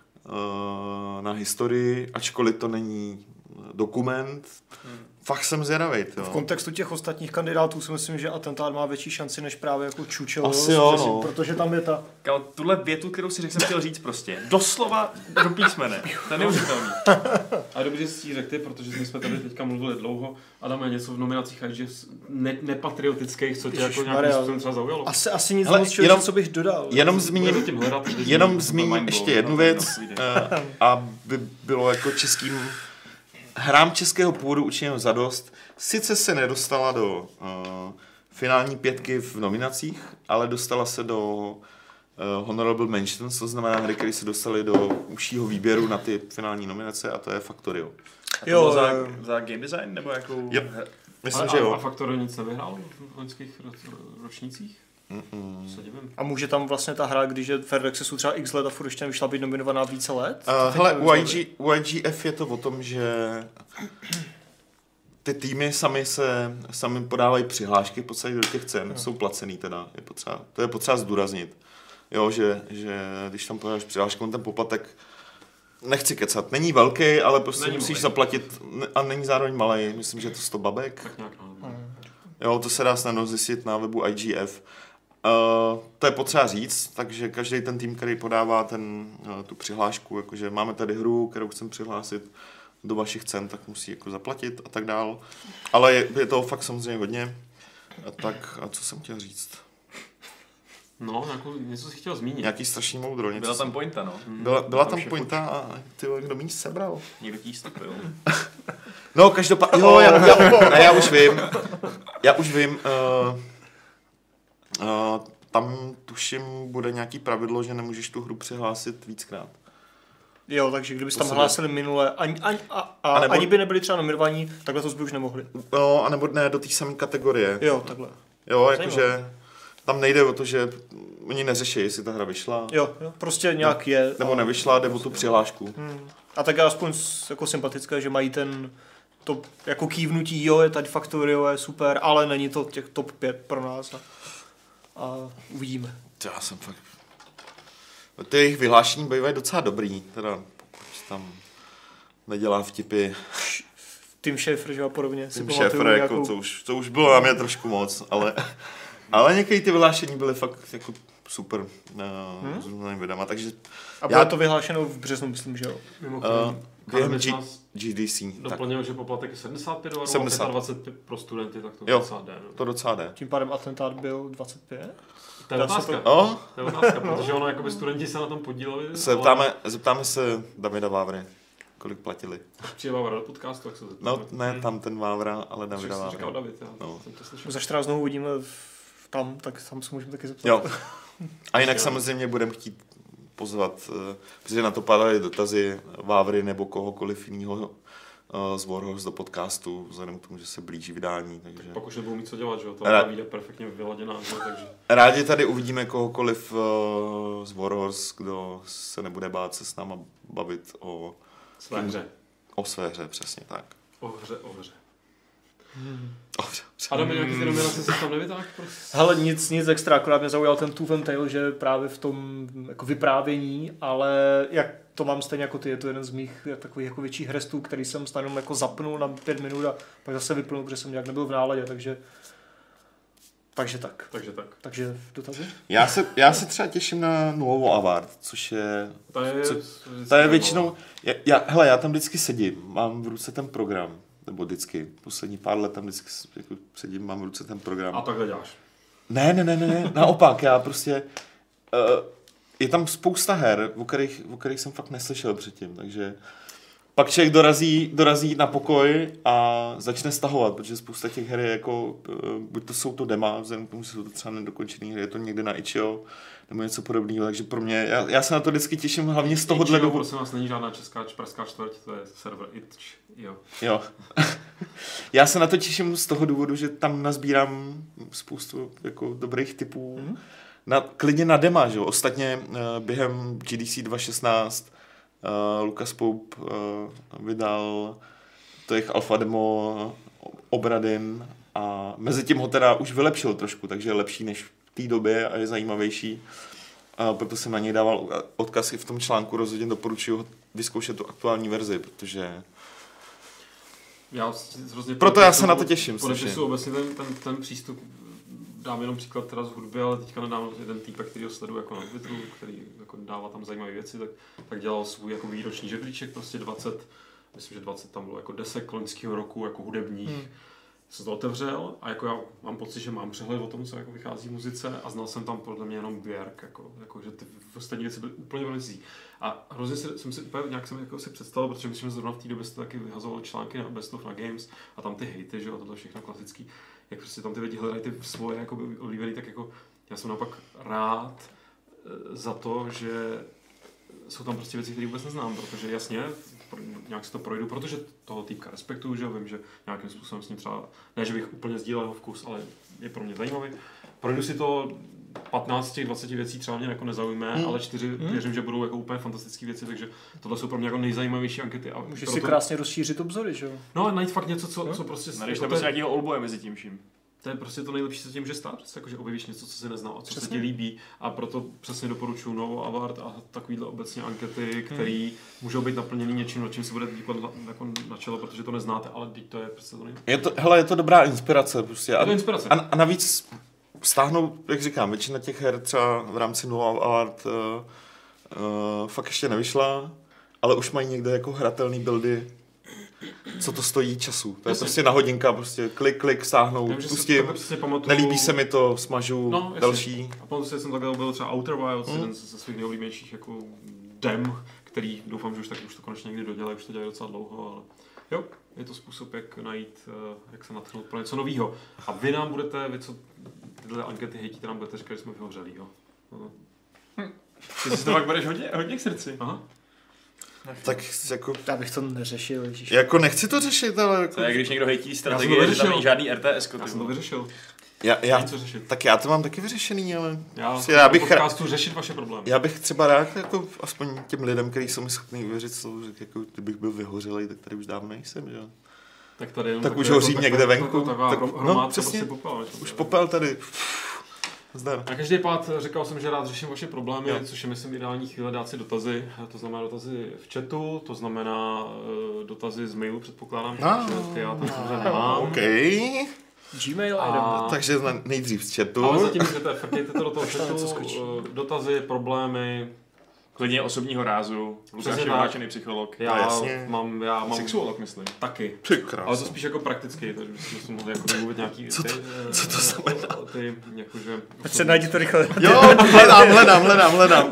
uh, na historii, ačkoliv to není dokument. Hmm. Fakt jsem zvědavej. V kontextu těch ostatních kandidátů si myslím, že atentát má větší šanci než právě jako Čučelo. Asi jo, no. Protože tam je ta... Kámo, tuhle větu, kterou si řekl, jsem chtěl říct prostě. Doslova do písmene. To je neuvěřitelný. A dobře, že jsi řekl, protože my jsme tady teďka mluvili dlouho. Adame, něco v nominacích I G ne, nepatriotických, co tě jako nějakým způsobem třeba zaujalo? Asi, asi nic hele, moc, člověk, jenom, co bych dodal. Jenom zmíním, jenom zmíním ještě jednu věc, uh, aby bylo jako českým hrám českého původu učiněno zadost. Sice se nedostala do uh, finální pětky v nominacích, ale dostala se do uh, Honorable Mentions, to znamená hry, které se dostaly do užšího výběru na ty finální nominace, a to je Factorio. A to jo, bylo za, za game design, nebo jakou... Yep. Myslím, a, že jo. A Factorio nic nevyhrál v loňských ročnících? Mm-mm. A může tam vlastně ta hra, když je v Ferdexu třeba x let a furt ještě nevyšla, být nominovaná více let? Uh, hele, u, I G, u I G F je to o tom, že ty týmy sami se sami podávají přihlášky v podstatě do těch cen, no. Jsou placený teda, je potřeba, to je potřeba zdůraznit. Jo, že, že když tam podáš přihlášku, ten poplatek, nechci kecat, není velký, ale prostě není musíš malej. Zaplatit a není zároveň malej, myslím, že je to sto babek. Tak nějak, no. Jo, to se dá snadno zjistit na webu I G F. Uh, to je potřeba říct, takže každý ten tým, který podává ten, uh, tu přihlášku, jakože máme tady hru, kterou chcem přihlásit do vašich cen, tak musí jako zaplatit a tak dál. Ale je, je toho fakt samozřejmě hodně. A tak, a co jsem chtěl říct? No, nějakou, něco si chtěl zmínit. Nějaký strašný moudro. Něco byla tam jsem... pointa, no. Byla, byla tam pointa a ty, kdo mi ji sebral? Někdo ti stupil. No, každopádně, jo, já, já, já už vím. Já už vím. Uh, uh, tam tuším bude nějaký pravidlo, že nemůžeš tu hru přihlásit víckrát. Jo, takže kdybys tam hlásili minule, ani, ani, a, a, a nebo, ani by nebyli třeba nominovaní, takhle to by už nemohli. No, anebo ne do té samé kategorie. Jo, takhle. Jo, jakože tam nejde o to, že oni neřeší, jestli ta hra vyšla. Jo, jo, prostě nějak je. Nebo nevyšla, jde o tu přihlášku. Hmm. A tak je aspoň jako sympatické, že mají ten to jako kývnutí, jo, je tady Factorio, je super, ale není to těch top pět pro nás. A, a uvidíme. Já jsem fakt... Ty jejich vyhlášení bývají docela dobrý, teda pokud tam nedělá vtipy. Tim Schafer, že a podobně. Tim Schafer, jako, nějakou... co, už, co už bylo na mě trošku moc, ale, ale některé ty vyhlášení byly fakt jako super uh, hmm? vidama, takže... A bylo já... to vyhlášeno v březnu, myslím, že jo? Uh, během G- G D C. Doplnil, že poplatek je sedmdesát pět dolarů a dvacet pět pro studenty, tak to jo, docela jde. No. To docela jde. Tím pádem atentát byl dvacet pět? To je otázka, to... oh? to je otázka, protože ono, jakoby studenti se na tom podíleli. Se zeptáme, ale... zeptáme se Davida Vávry, kolik platili. Přijde Vávra do podcastu, tak se zeptáme. No ne, tam ten Vávra, ale Davida Vávry. Říkal David, já no. jsem to slyšel. Za čtrnáct dnů uvidíme v, tam, tak tam se můžeme taky zeptat. Jo. A jinak samozřejmě budeme chtít pozvat, protože na to padaly dotazy Vávry nebo kohokoliv jiného z Warhorse do podcastu, vzhledem k tomu, že se blíží vydání. Takže... Pak už nebudou mít co dělat, že jo? To Rá... je perfektně vyladěná, takže... Rádi tady uvidíme kohokoliv z Warhorse, kdo se nebude bát se s náma bavit o své hře. O své hře, přesně tak. O hře, o hře. Hmm. O hře. Adam, nějaký ty nominace se tam nevytáhl? Prostě? Hele, nic, nic extra, akorát mě zaujal ten Tooth and Tail, že právě v tom jako vyprávění, ale jak to mám stejně jako ty, je to jeden z mých takových jako větších herestů, který jsem snad jako zapnul na pět minut a pak zase vypnul, protože jsem nějak nebyl v náladě, takže takže tak. Takže tak. Takže dotazy? Já se, já se třeba těším na Nuovo Award, což je... To je, co, to je většinou... Já, já, hele, já tam vždycky sedím, mám v ruce ten program, nebo vždycky, poslední pár let tam vždycky jako sedím, mám v ruce ten program. A takhle děláš? Ne, ne, ne, ne, naopak, já prostě... Uh, je tam spousta her, o kterých, o kterých jsem fakt neslyšel předtím, takže... Pak člověk dorazí, dorazí na pokoj a začne stahovat, protože spousta těch her je jako, buď to jsou to dema, vzhledem k tomu, že jsou to třeba nedokončený hry, je to někde na itch.io nebo něco podobného, takže pro mě, já, já se na to vždycky těším hlavně z tohohle důvodu. Prosím vás, není žádná česká pražská čtvrť, to je server itch.io. Jo. Já se na to těším z toho důvodu, že tam nazbírám spoustu jako dobrých typů, mm. na, klidně na dema, že jo. Ostatně během G D C dva šestnáct Uh, Lucas Pope uh, vydal to jejich alfa demo Obradin a mezi tím ho teda už vylepšil trošku, takže je lepší než v té době a je zajímavější. Uh, proto jsem na něj dával odkaz i v tom článku, rozhodně doporučuji vyzkoušet tu aktuální verzi, protože já hrozně proto já se na to těším. Podepisuji obecně ten, ten, ten přístup. Dám jenom příklad teda z hudby, ale teďka nedám jeden týpek, který ho sleduju jako na Twitteru, který jako dává tam zajímavé věci, tak, tak dělal svůj jako výroční žebříček, prostě dvacet, myslím, že dvacet tam bylo jako desek loňského roku, jako hudebních. Hmm. Jsem to otevřel a jako já mám pocit, že mám přehled o tom, co jako vychází v muzice a znal jsem tam podle mě jenom Björk, jako, jako že ty ostatní věci byly úplně velmi. A hrozně si, jsem si úplně nějak jsem jako si představil, protože myslím, že zrovna v té době jste taky vyhazoval články na Best of na Games a tam ty hejty, že jo, a tohle všechno klasický. Jak prostě tam ty lidi hledají ty svoje jako oblíbený, tak jako já jsem naopak rád za to, že jsou tam prostě věci, které vůbec neznám, protože jasně, nějak si to projdu, protože toho týpka respektuju, že vím, že nějakým způsobem s ním třeba, ne, že bych úplně sdílel jeho vkus, ale je pro mě zajímavý. Projdu si to patnáct z těch dvaceti věcí třeba mě jako nezaujme, hmm. ale čtyři hmm. věřím, že budou jako úplně fantastické věci, takže tohle jsou pro mě jako nejzajímavější ankety. A můžeš si krásně rozšířit obzory, že jo? No a najít fakt něco, co, no. co prostě... Najdeš tam prostě nějakého oldboye mezi tím vším. To je prostě to nejlepší, co tím může stát, jako, že objevíš něco, co si neznal a co přesně. se ti líbí a proto přesně doporučuji Nuovo Award a takovýhle obecně ankety, které hmm. můžou být naplněny něčím, na čím se bude dívat jako na čelo, protože to neznáte, ale teď to je prostě to nejlepší. Je to, hele, je to dobrá inspirace prostě. Je to inspirace. A, a navíc stáhnou, jak říkám, většina těch her třeba v rámci Nuovo Award uh, uh, fakt ještě nevyšla, ale už mají někde jako hratelný buildy, co to stojí času. To je jasně. Prostě na hodinka, prostě klik, klik, stáhnout, Vím, pustím, pamatuju... nelíbí se mi to, smažu, no, další. A potom jsem takhle byl třeba Outer Wilds, hmm. jeden ze svých nejoblíbenějších jako dem, který doufám, že už tak už to konečně někdy dodělají, už to dělají docela dlouho, ale jo, je to způsob, jak najít, jak se natchnout pro něco nového. A vy nám budete, vy co tyhle ankety hejtíte, nám budete říkat, že jsme vyhořelí, jo. No. Hm. Ty si to pak bereš hodně, hodně k srdci. Aha. Tak jako... Já bych to neřešil, ježiš. Jako nechci to řešit, ale... Jako... To je, když někdo hejtí strategie, že tam není žádný R T S. Já jsem to vyřešil. Já, já, tak já to mám taky vyřešený, ale... Já, já bych podcastu řešit vaše problémy. Já bych třeba rád, jako aspoň těm lidem, kteří jsou mi schopný uvěřit, že jako, kdybych byl vyhořelej, tak tady už dávno nejsem, že? Tak tady jenom... Tak už hořím jako někde venku. Tak, no, přesně, popel, už popel tady. Zdar. Na každý pád říkal jsem, že rád řeším vaše problémy, jo. Což je myslím ideální chvíle dát si dotazy. To znamená dotazy v chatu, to znamená uh, dotazy z mailu, předpokládám, no. že ty já tam samozřejmě nemám. Okay. Gmail a... Takže nejdřív z chatu. Ale zatím můžete, frkejte to do toho chatu, dotazy, problémy. Klidně osobního rázu. Lukáš je vážený psycholog. Já, jasně. Mám, já mám... Sexuolog, myslím. Taky. Překrásný. Ale to spíš jako praktický, takže bychom mohli jako domluvit nějaký... Co to, ty, co to znamená? Ty, jakože... Teď se najdi to rychle. Jo, hledám, hledám, hledám, hledám.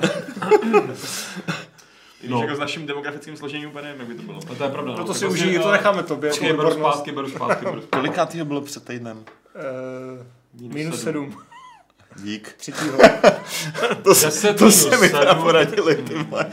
No. Jako s naším demografickým složením úplně nevím, jak by to bylo. No to je pravda. No to si užij, to necháme tobě. Počkej, beru zpátky, beru zpátky, beru zpátky. Kolikátýho bylo před týdnem? Uh, minus sedm. Dík. Třetího. to se, to se mi teda poradili, ty vole.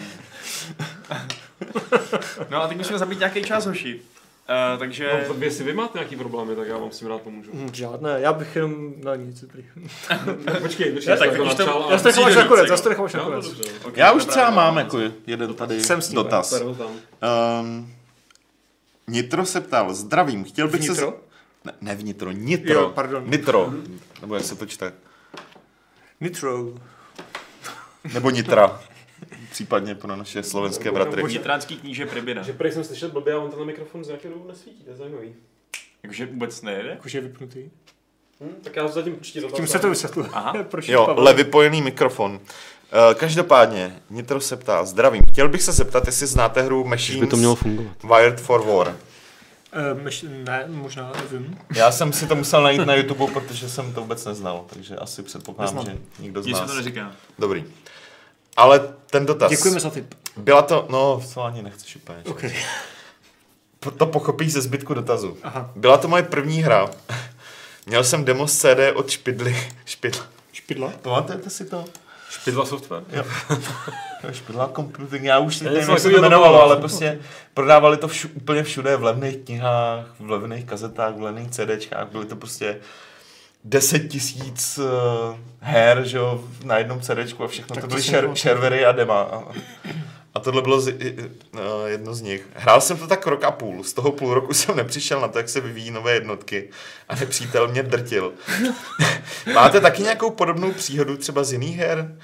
No a teď musíme zabít nějaký čas, hoši. Uh, takže... No, jestli vy máte nějaký problémy, tak já vám s tím rád pomůžu. Hmm, žádné, já bych jenom na nic. Počkej, počkej, já, tak, to načal, já si to nechám až nakonec, já si to nechám až nakonec. Okay, já už třeba mám jako jeden tady dotaz. Um, Nitro se ptal, zdravím, chtěl bych vnitro? se... Ne, ne vnitro, nitro. Jo, pardon. Nitro, nebo jak se to čte? Nitro. Nebo nitra. Případně pro naše slovenské bratry. Nitránský kníže Pribina. Že prej jsem slyšel blbě a on ten mikrofon z nějaké důvodu nesvítí, to je zajímavý. Jakože vůbec nejde? Jakože je vypnutý. Hm, tak já zatím určitě dotaz. Tím se to vysvětluje. Jo, levypojený mikrofon. Uh, každopádně, Nitro se ptá, zdravím, chtěl bych se zeptat, jestli znáte hru Machines by to mělo fungovat. Wired for War. Uh, myš, ne, možná, nevím. Já jsem si to musel najít na YouTube, protože jsem to vůbec neznal, takže asi předpokládám, Neznám. že nikdo z Nic nás. to neříká. Dobrý. Ale ten dotaz. Děkujeme za tip. Byla to, no, to ani nechceš úplně. Okay. To pochopíš ze zbytku dotazu. Aha. Byla to moje první hra. Měl jsem demo z C D od Špidly. Špidla. Špidla? Pamatujete si to? Špidla software? Jo. Špidla computing, já už nevím, něco jak se to takového jmenovalo, bylo. ale prostě prodávali to všu, úplně všude, v levných knihách, v levných kazetách, v levných CDčkách, byly to prostě deset tisíc uh, her, že jo, na jednom CDčku a všechno, Tak to to byly si šer, nechal. šervery a dema. A, a tohle bylo z, uh, jedno z nich. Hrál jsem to tak rok a půl, z toho půl roku jsem nepřišel na to, jak se vyvíjí nové jednotky a nepřítel mě drtil. Máte taky nějakou podobnou příhodu třeba z jiných her?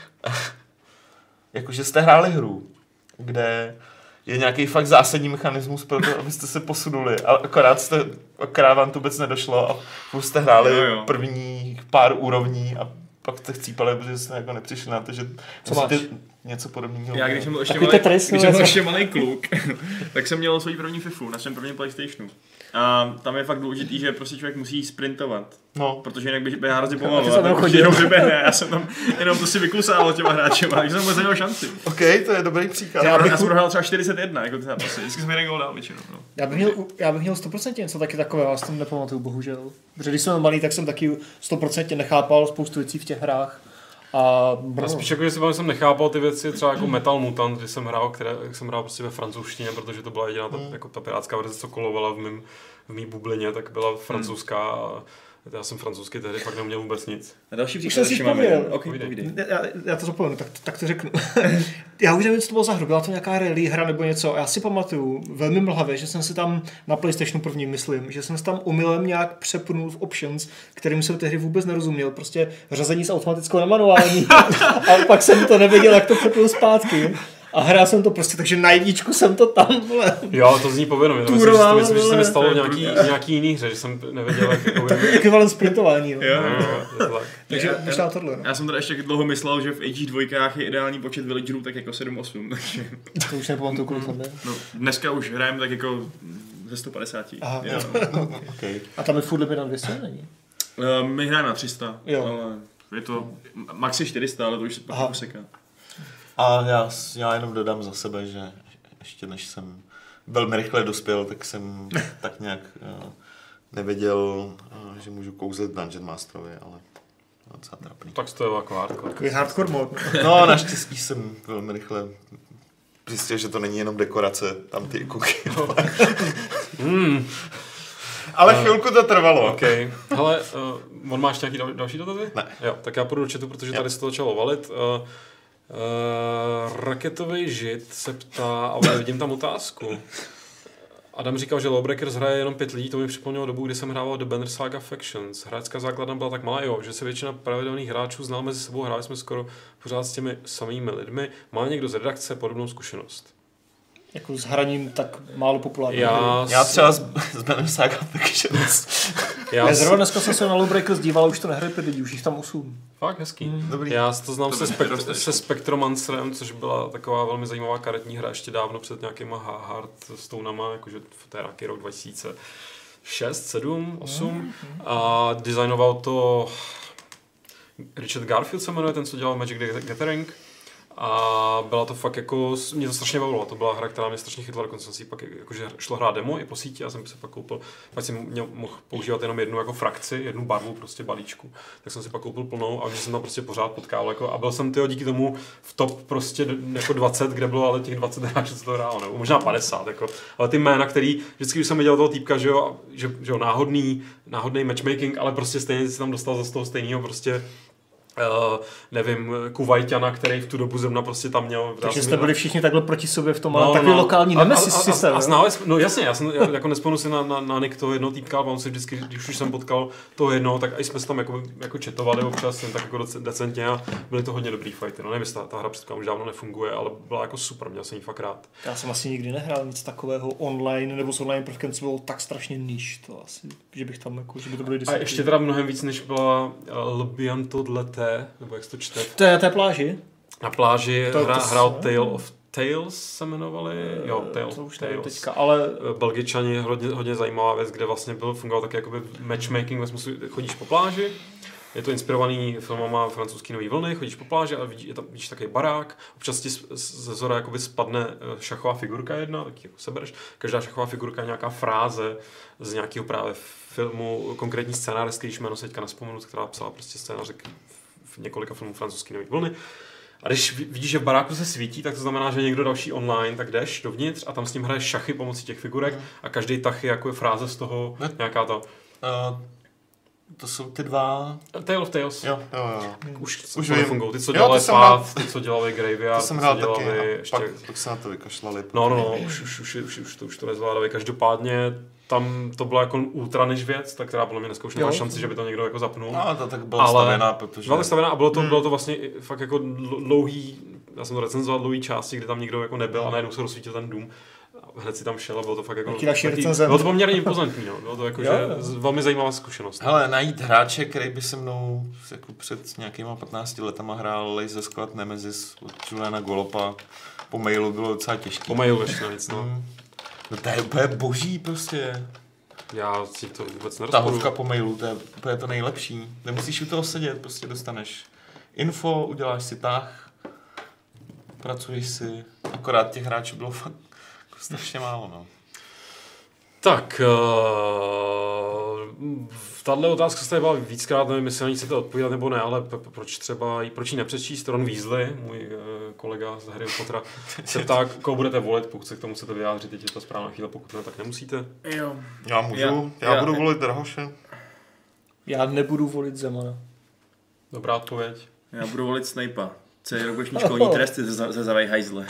Jakože jste hráli hru, kde je nějaký fakt zásadní mechanismus pro to, abyste se posunuli, ale akorát, jste, akorát vám to vůbec nedošlo a furt jste hráli jo, jo. prvních pár úrovní a pak jste chcípali, protože jste jako nepřišli na to, že Co máš? něco podobného. Já když jsem byl ještě Takový malý, Tetris, když no, jsem byl něco. ještě malý kluk, tak jsem měl svůj první FIFU na svém prvním PlayStationu. A tam je fakt důležitý, že prostě člověk musí sprintovat. No. Protože jinak běží hrozně pomalu. ty jsi tam A to chodil. jenom vyběhne. Já jsem tam jenom to si vyklusával těma hráčema, takže jsem vůbec neměl šanci. OK, to je dobrý příklad. Já Já, bych- já jsem prohrál třeba čtyřicet jedna, jako ty zápasy. Vždycky jsem jeden gól dal většinou. No. Já bych měl, já bych měl sto procent něco taky takového, já si to nepamatuju, bohužel. Protože když jsem byl malý, tak jsem taky sto procent nechápal spoustu věcí v těch hrách. A Já spíš jako, že si jsem nechápal ty věci, třeba jako Metal Mutant, kdy jsem hrál, které, jak jsem hrál prostě ve francouzštině, protože to byla jediná ta, Mm. jako ta pirátská verze, co kolovala v mým, v mý bublině, tak byla francouzská a já jsem francouzsky tehdy fakt neměl vůbec nic. A další Už příklad jsem si ještě máme. vzpomněl. Ok, Povídej. povídej. Já, já to zapomenu, tak, tak to řeknu. Já už nevím, co to bylo za hru, byla to nějaká rally hra nebo něco. Já si pamatuju velmi mlhavě, že jsem si tam na PlayStationu první, myslím, že jsem si tam omylem nějak přepnul v options, kterým jsem tehdy vůbec nerozuměl. Prostě řazení z automatickou na manuální. A pak jsem to nevěděl, jak to přepnul zpátky. A hrál jsem to prostě, takže na jedničku jsem to tam, vole. Jo, to zní povědomě, to myslím, že, Turvá, to myslím, že se mi vole, stalo to v je nějaký, brutální. nějaký jiný hře, že jsem nevěděl, jak jako... Takový ekvivalent sprintování. No. Jo. No, no, je to tak. Takže Já- možná tohle. No. Já jsem teda ještě dlouho myslel, že v Age dvojkách je ideální počet villagerů tak jako sedm osm, takže To už nepamatuju, kolik tam je. no, dneska už hrajeme tak jako ze sto padesát. Aha. Jo. Okay. A tam je furt limit na dvě stě, není? Eh, My hrajeme na tři sta, Jo. ale je to maxi čtyři sta, ale to už se Aha. pak useká. A já, já jenom dodám za sebe, že ještě než jsem velmi rychle dospěl, tak jsem tak nějak uh, nevěděl, uh, že můžu kouzlet Dungeon Masterovi, ale docela trapný. Tak to je jako hardcore. Takový hardcore mod. No naštěstí jsem velmi rychle zjistil, že to není jenom dekorace, tam ty ikuky. Hmm. Ale chvilku to trvalo. OK. Hele, uh, on máš nějaký dal, další dotazy? Ne. Jo, tak já půjdu do chatu, protože Jo. tady se to začalo valit. Uh, uh, raketový žid se ptá, ale vidím tam otázku. Adam říkal, že Lawbreakers hraje jenom pět lidí, to mi připomnělo dobu, kdy jsem hrával The Banner Saga Factions. Hráčská základna byla tak malá, jo, že se většina pravidelných hráčů znal mezi sebou, hráli jsme skoro pořád s těmi samými lidmi. Má někdo z redakce podobnou zkušenost? Jako s hraním tak málo populární. Já, Já s- třeba z, z Banner Saga Factions. já Já s- zrovna dneska jsem se na Lawbreakers díval, už to nehraje pět lidí, už jich tam osm. Fakt hezký. Dobrý. Já to znám To se, by spekt- rosteš. se Spectromancerem, což byla taková velmi zajímavá karetní hra ještě dávno před nějakýma Hearthstonama, jakože v té raky rok dva tisíce šest, sedm, osm. A designoval to Richard Garfield se jmenuje, ten, co dělal Magic the Gathering. A byla to fakt jako, mě to strašně bavilo, to byla hra, která mě strašně chytla, dokonce jsem si pak jakože šlo hrát demo i po síti a jsem si pak koupil, pak jsem měl, mohl používat jenom jednu jako frakci, jednu barvu prostě balíčku, tak jsem si pak koupil plnou a už jsem tam prostě pořád potkal jako, a byl jsem tyho díky tomu v top prostě jako dvacet, kde bylo ale těch dvacet hráčů, co to hrálo, nebo možná padesát, jako, ale ty jména, který vždycky, když jsem viděl toho týpka, že jo, že, že jo, náhodný, náhodný matchmaking, ale prostě stejně si tam dostal z toho stejného prostě Uh, nevím, Kuvajťana, který v tu dobu zrovna prostě tam měl. Takže jste byli všichni takhle proti sobě v tom, ale no, takový no, lokální a, nemesis a, a, systém. A, a znali, no jasně, já jsem já jako nespomenu si na, na, na nick toho jednoho týpka, ale on si vždycky, když už jsem potkal toho jednoho, tak i jsme se tam jako, jako chatovali občas, jen tak jako decentně a byly to hodně dobrý fighty. No nevím, ta, ta hra předtím už dávno nefunguje, ale byla jako super, měl jsem ji fakt rád. Já jsem asi nikdy nehrál nic takového online nebo s online prvkem, co bylo tak strašně níž, to asi, že bych tam jako, že by to byly A ještě teda mnohem víc, než byla Lbianto Dleté, nebo jak to čte. To je na té pláži? Na pláži to, hra, to hrál Tale of Tales se jmenovali, jo, Tale, to už Tales. Teďka, ale... Belgičani, hodně, hodně zajímavá věc, kde vlastně byl, fungoval taky jakoby matchmaking, ve smyslu, chodíš po pláži, je to inspirovaný filmama francouzský Nový vlny, chodíš po pláži a vidíš, je tam, vidíš takový barák, občas ti ze zhora jakoby spadne šachová figurka jedna, tak jako sebereš, každá šachová figurka je nějaká fráze z nějakého právě filmu, konkrétní scénář, když jméno se teďka nespomenu, která psala prostě scénář v několika filmů francouzský Nový vlny. A když vidíš, že v baráku se svítí, tak to znamená, že někdo další online, tak jdeš dovnitř a tam s ním hraješ šachy pomocí těch figurek mm. a každý tah je jako je fráze z toho, ne? Nějaká ta... Uh, to jsou ty dva... Tale of Tales. Jo, jo, jo. Už, Už to vím. nefungují. Ty, co Jo, dělali to Path, ty, co dělali Graveyard, to jsem ty, hrál co dělali taky, ještě... pak, pak se na to vykašlali. No, no, no, už, už, už, už, už, to, už to nezvládali. Každopádně tam to byla jako ultra než věc, tak která podle mě dneska už nemá šanci, že by to někdo jako zapnul. No, to tak byla stavěná, protože... Byla stavěná a bylo to, hmm. bylo to vlastně fakt jako dlouhý, já jsem to recenzoval dlouhý části, kdy tam nikdo jako nebyl a najednou se rozsvítil ten dům. Hned si tam šel a bylo to fakt jako... Taky, bylo to poměrně impozantní, no. Bylo to jako, jo, že jo. Velmi zajímavá zkušenost. Hele, najít hráče, který by se mnou jako před nějakýma patnácti letama hrál Laser Squad Nemesis od Juliana Golopa po mailu bylo docela těžké. Po mailu ještě navíc, no. Mm. No to je úplně boží prostě. Já si to vůbec nerozporu. Tahovka po mailu, to je úplně to nejlepší. Nemusíš u toho sedět, prostě dostaneš info, uděláš si tah, pracuješ si, akorát těch hráčů bylo fakt strašně málo, no. Tak, uh, tahle otázka se tady byla víckrát, nevím, jestli na ní chcete odpovídat nebo ne, ale p- proč třeba, proč ji nepřečíst? Ron Weasley, můj uh, kolega z Harry Pottera, se ptá, koho budete volit, pokud se k tomu chcete vyjádřit, teď je to správná chvíle, pokud ne, tak nemusíte. Jo. Já můžu, já, já, já budu volit Drahoše. Já nebudu volit Zemana. Dobrá odpověď. Já budu volit Snape'a. Celý rok budeš mít školní tresty ze, ze zavej hajzle.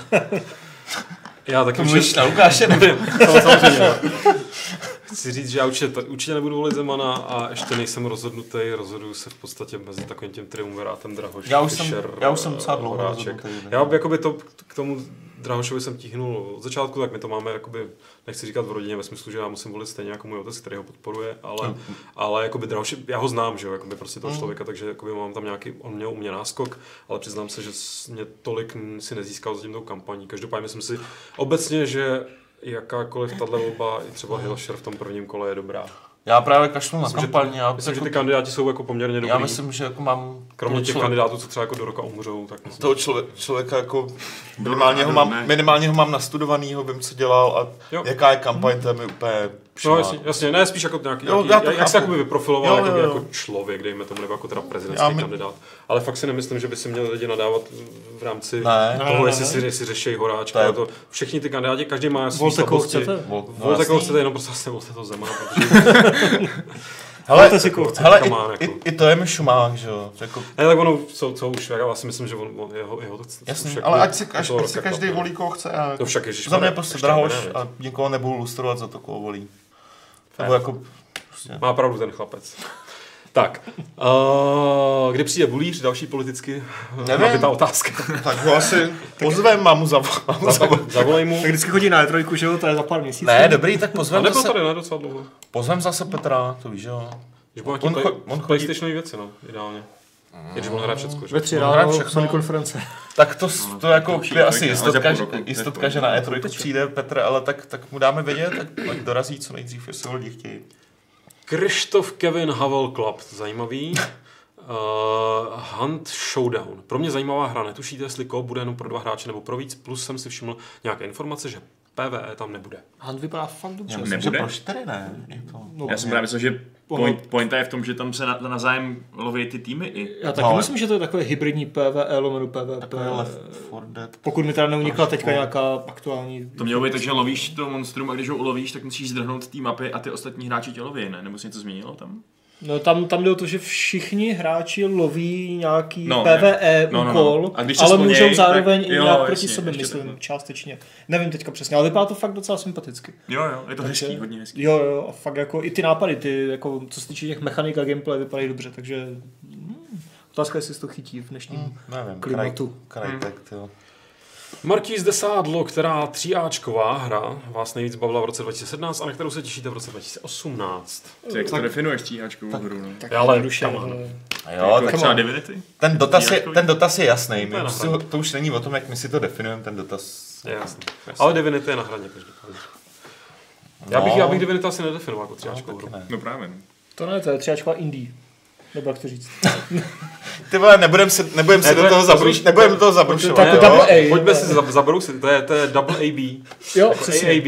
Já taky mluvíš na Lukáše, nevím. Samozřejmě. Chci říct, že já určitě, určitě nebudu volit Zemana a ještě nejsem rozhodnutý, rozhoduju se v podstatě mezi takovým tím triumvirátem Drahoš, já už Fischer, jsem, já už jsem docela dlouho rozhodnutý. Já jakoby to, k tomu Drahošovi jsem tíhnul od začátku, tak my to máme, jakoby, nechci říkat v rodině, ve smyslu, že já musím volit stejně jako můj otec, který ho podporuje, ale, mm. ale jakoby Drahoš, já ho znám, že jo, jakoby prostě toho mm. člověka, takže jakoby mám tam nějaký, on měl u mě náskok, ale přiznám se, že mě tolik si nezískal zatím tou kampaní. Každopádně myslím si obecně, že jakákoliv tato volba, i třeba Hilšer v tom prvním kole je dobrá. Já právě kašlu na myslím, kampaň. Že, já myslím, jako, že ty kandidáti jsou jako poměrně dobrý. Já myslím, že jako mám... Kromě těch člověk, kandidátů, co třeba jako do roka umřou, tak myslím. Toho člověk, člověka jako minimálně ho, mám, minimálně ho mám nastudovanýho, vím, co dělal a jo. Jaká je kampaň, to je mi úplně No jasně, jasně, ne, spíš jako nějaký, jo, nějaký jak, jak se jakoby vyprofiloval jo, jo, jo. Jako, jako člověk, dejme tomu, nebo jako teda prezidentský my... kandidát. Ale fakt si nemyslím, že by si měli lidi nadávat v rámci ne, toho, ne, jestli ne. si, si řeší Horáčka. To, všichni ty kandidáti, každý má svý slabosti. Volte, chcete? Vol, volte, koho chcete, jenom prostě asi volte toho Zemana, protože... Hele, si hele i, jako. i, i to je mi šumák, že jo. Jako... Ne, tak ono, co, co už, já si myslím, že on, on jeho, jeho to, jasný, už ale jako, ať si, až, ať si každý volí, koho chce. A to však ježiš, za mě prostě Drahoš a nikoho nebudu lustrovat za to, koho volí. Nebo jako... Prostě... Má pravdu ten chlapec. Tak, uh, kdy přijde Bulíř, další politicky nabitá otázka. Tak ho asi pozvem, mám mu zavolat. Zavolej mu. Tak vždycky chodí na E tři, že jo, to je za pár měsíců. Ne, dobrý, tak pozvem zase. A nebyl tady, ne, docela dlouho. Pozvem zase Petra, to víš, jo. Když byl nějaký play, on PlayStationový věci, no, ideálně. Mm. Když on hraje všecko, že? Ve tři ráno, Sony konference. Tak to, to jako je asi jistotka, jistotka, že na E tři přijde Petr, ale tak, tak mu dáme vědět, tak ať dorazí co nejdřív, jestli ho lidi chtějí. Krištof Kevin Havel Club, zajímavý. Uh, Hunt Showdown. Pro mě zajímavá hra. Netušíte, jestli co bude jenom pro dva hráče nebo pro víc. Plus jsem si všiml nějaké informace, že PvE tam nebude. Hunt vypadá fakt dobře. Já myslím, že pro čtyři ne. Je to... No, Já jsem právě myslel, že point, pointa je v tom, že tam se na, na zájem loví ty týmy i. Já taky No, myslím, že to je takové hybridní PvE lomeno PvP. Takové Left four Dead. Pokud mi teda neunikla teďka nějaká aktuální... To mělo být tak, že lovíš to monstrum a když ho ulovíš, tak musíš zdrhnout té mapy a ty ostatní hráči tě loví, ne? Nebo se něco změnilo tam? No tam, tam jde o to, že všichni hráči loví nějaký No, PvE no, no, no. úkol, A když se ale splněj, můžou zároveň tak- i jo, nějak jasně, proti sobě, ještě myslím, tak. částečně. Nevím teďka přesně, ale vypadá to fakt docela sympaticky. Jo, jo, je to Takže- hezký, hodně hezký. Jo, jo, a fakt jako i ty nápady, ty, jako, co se týče těch mechanik a gameplay, vypadají dobře, takže hmm, otázka, jestli se to chytí v dnešním Hmm, nevím, klimatu. Krajtek, jo. Marquis de Sádlo, která tříáčková hra vás nejvíc bavila v roce dva tisíce sedmnáct a na kterou se těšíte v roce dva tisíce osmnáct. Ty, jak to definuješ tříháčkovou hru, no? Tak Ale jednoduše, come on. ale- Jo, Jako tak třeba Divinity? ten dotaz, je, Tříáčkový? ten dotaz je jasný. My je už si, ho- nahrání. to už není o tom, jak my si to definujeme, ten dotaz. Je jasný. Ale Divinity je na hraně každopádně. Já bych, No. já bych Divinity asi nedefinoval jako tříáčkovou hru. taky ne. No právě, no. To ne, to je třiáčková indie. Nebo jak to říct. Ty vole, nebudem se, nebudem se Ne, do to je- toho to zabruš, jsou- nebudem do toho zabrušovat. Tak Ne, double jo, A, Pojďme jo. si zab- zabrousit, to je, to je double A B. Jo, Jako přesně. A A B.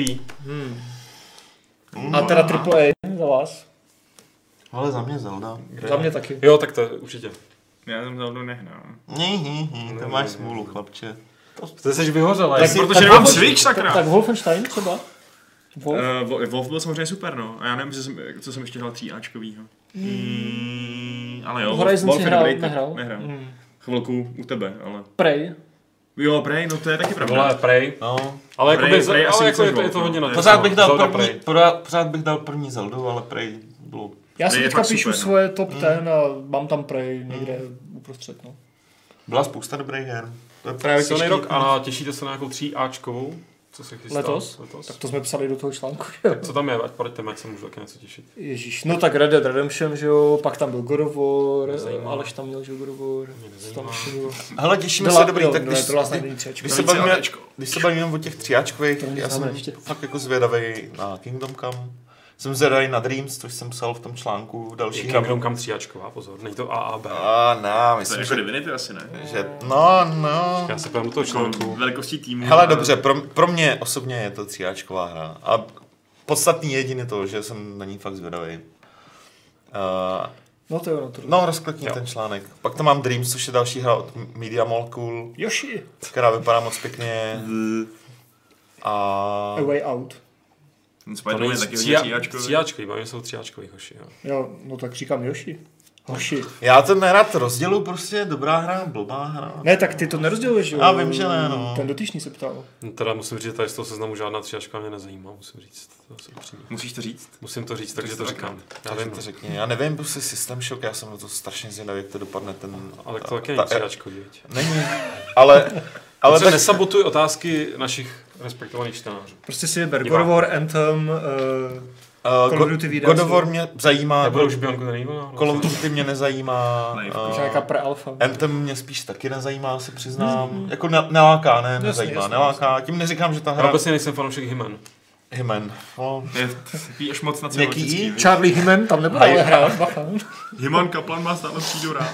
A teda triple A za vás. Ale za mě Zelda. Za mě taky. Jo, tak to je určitě. Já jsem Zeldu nehrál. Ní, ní, ní, to máš smůlu, chlapče. Ty jsi vyhořela. Tak jsi- protože tak nemám Wolfen- Switch, tak, sakra. tak Wolfenstein třeba? Wolf? Uh, Wolf byl samozřejmě super, no. A já nevím, co jsem, co jsem ještě hrál tříáčkovýho. Mm, ale jo, Horizon Wolf si je hrál, dobrý, nehrál? Nehrál. Hmm. Chvilku u tebe, ale... Prey. Jo, Prey, no to je taky pravda. Vole, Prey. No, Ale, jako Prey- by, Prey asi ale víc jako je, než to, je Wolf, to no. hodně na to. pořád bych dal Zelda první, Prey. pořád, pořád bych dal první Zeldu, ale Prey bylo... Já si Prey je teďka fakt píšu super, no. svoje top ten a mám tam Prey někde uprostřed. No. Byla spousta dobrých her. To je právě Silný těžký. rok a těšíte se na nějakou tříáčkovou? Co se chystá? Letos? Letos? Tak to jsme psali do toho článku. Co tam je? Ať poraďte, ať se můžu taky něco těšit. Ježíš, no tak Red Dead Redemption, že jo, pak tam byl God of War, Nezajímá. Aleš tam měl, že jo, God of War. Mě Co nezajímá. tam ještě bylo? Hele, těšíme Byla- se dobrý, jo, tak no, když, to byla snad když, není třiáčka. když, se Velice bavíme, Alečko. když se bavíme o těch tříáčkových, To já neznáme jsem ještě. fakt jako zvědavý na Kingdom Come. Jsem zvědavý na Dreams, což jsem psal v tom článku další. Kingdom Come tříáčková, pozor, není to A a B. A ne, To je myslím, jako že, Divinity asi, ne? že... No, no. Já se pojďme do toho článku. Velikostí týmu. Hele, a- dobře, pro, pro mě osobně je to tříáčková hra. A podstatný jedině to, že jsem na ní fakt zvědavý. Uh, No to jo, no to no, rozklikni Jo. ten článek. Pak tam mám Dreams, což je další hra od Media Molecule, Yoshi, která vypadá moc pěkně. A... A Way Out. To Spider-Man není je taky hodně tříá- tříáčkový. tříáčkový, bavíme se o tříáčkových, hoši, jo. Jo, no tak říkám Yoshi. Hoši. Já to nerad rozdělu, prostě dobrá hra, blbá hra. Ne, tak ty to nerozděluješ, jo? Já vím, že ne, no. Ten dotyčný se ptal. No teda musím říct, že tady z toho seznamu žádná tříáčka mě nezajímá, musím říct. To se upřímně. Musíš to říct. Musím to říct, takže to říkám. Já Takže vím, to no. řekni. Já nevím, prostě System Shock, já jsem na to strašně zvědavý, jak to dopadne ten... Ale to taky ta- není tříáčkový, viď? Není, ale... Ale ale tak, nesabotuj otázky našich respektovaných čtenářů. Prostě si vyber God Diváků. of War, Anthem, uh, uh, Call of Duty vyjde God of asi. War mě zajímá, Nebude už Bianco Tenýho? Call of Duty mě nezajímá, Ne, uh, uh, nějaká pre-alpha. Anthem mě spíš taky nezajímá, se přiznám. Mm-hmm. Jako ne, neláká, ne, Jasně, nezajímá, jasně, neláká. Tím neříkám, že ta Já hra... obecně nejsem fanoušek Hymen. Hymen. No, Je, píš moc na Měkký celé I? Charlie Hyman tam nebude Hej. ale hrát, bacha. Hyman Kaplan má stále přijdu rád.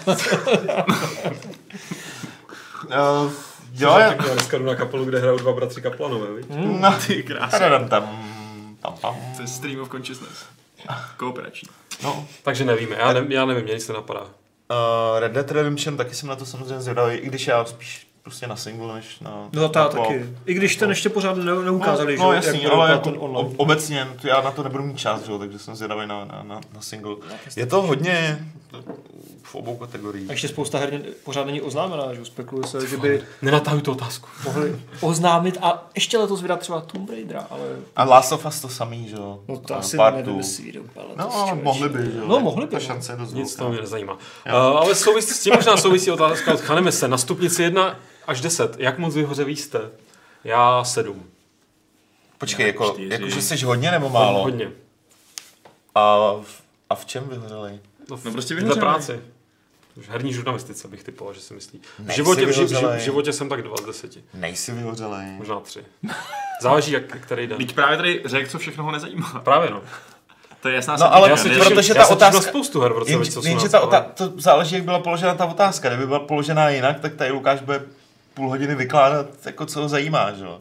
uh, jo, já... Já dneska jdu na kapelu, kde hrajou dva bratři Kaplanové, viď? No, Ty krásně. tam, tam, tam, tam. To je Stream of Consciousness. Kooperační. No. Takže nevíme, já, ne, já nevím, mě nic nenapadá. Uh, Red Dead Redemption, taky jsem na to samozřejmě zvědavý, i když já spíš prostě na single, než na... No to já na co. taky. I když ten ještě pořád ne, neukázali, no, no, že jasný, jak bude ale vypadat jako ten online. ob, obecně, to já na to nebudu mít čas, že? Takže jsem zvědavý na, na, na, na single. Je to hodně v obou kategoriích. A ještě spousta her pořád není oznámená, že spekuluje se, že by Nenatahuj tu otázku. mohli oznámit a ještě letos vydat třeba Tomb Raidera, ale A Last of Us to samý, že jo? no to A asi part nevím, two. jestli vyjdou úplně letos, No, ale člověče. mohli by, že jo? No, mohli by, Ta no. šance je dost Nic to velká. mě nezajímá. Uh, ale souvisí, s tím možná souvisí otázka od Chaneme se. Na stupnici jedna až deset. Jak moc vyhořelí jste? Já sedm. Počkej, jako, čtyři. jako, že jsi hodně nebo málo? Hodně. A v, a v čem vyhořelej? No, v, No prostě v vyhořelej. práci. V herní žurnalistice bych typoval, že si myslí. V Nejsi životě, v, ži- v, ži- vyhořelej. v životě jsem tak dva z deseti. Nejsi vyhořelej. Možná tři. Záleží, jak, který den. Teď právě tady řekl, co všechno ho nezajímá. Právě no. To je jasná No ale Já se těším, protože já ta se těším otázka... na spoustu her v roce Jenže, dva tisíce jenže osmnáct, ta, ale- ta, to záleží, jak byla položena ta otázka. Kdyby byla položená jinak, tak tady Lukáš bude půl hodiny vykládat, jako co ho zajímá, že jo.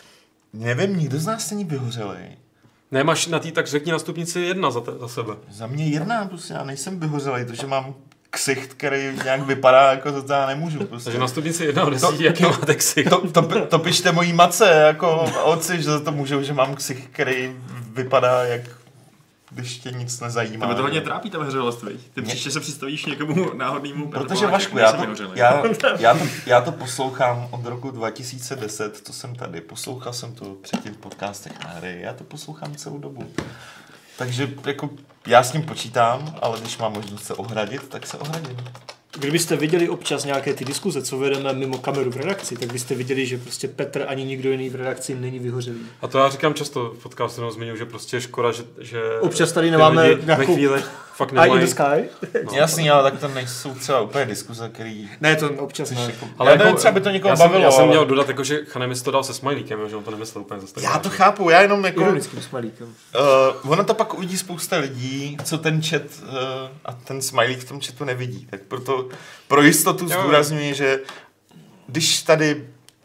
Nevím, nikdo z nás není vyhořelý. Ne, máš na tý, tak řekni na stupnici jedna za, te, za sebe. Za mě jedna, prostě já nejsem vyhořelý, to, že mám ksicht, který nějak vypadá, jako to já nemůžu. Prostě. Takže na stupnici jedna od desíti, jaký máte ksich? To, to, to pište mojí matce, jako otci, že za to můžou, že mám ksicht, který vypadá jak když tě nic nezajímá. To by to hodně trápí, ta vyhořelost, viď? Ty příště se představíš někomu náhodnému. Protože Vašku, já to, já, já, to, já to poslouchám od roku dva tisíce deset, co jsem tady. Poslouchal jsem to předtím v podcastech na hry, já to poslouchám celou dobu. Takže jako já s ním počítám, ale když mám možnost se ohradit, tak se ohradím. Kdybyste viděli občas nějaké ty diskuze, co vedeme mimo kameru v redakci, tak byste viděli, že prostě Petr ani nikdo jiný v redakci není vyhořelý. A to já říkám často v podcastu, nebo zmiňuji, že prostě je škoda, že, že občas tady nemáme lidi nějakou... ve chvíli fakt Eye in nemají. the sky? No. Jasný, ale tak to nejsou třeba úplně diskuze, který... Ne, to občas ne. Jako, Ale já nevím, jako, třeba by to někoho já jsem, bavilo, já jsem ale... měl dodat, jako, že Chanemis to dal se smajlíkem, že on to nemyslel úplně zase tak. Já to chápu, já jenom jako... Ironickým smajlíkem. Uh, ono to pak uvidí spousta lidí, co ten chat uh, a ten smajlík v tom chatu nevidí. Tak proto pro jistotu zdůrazňuji, že když tady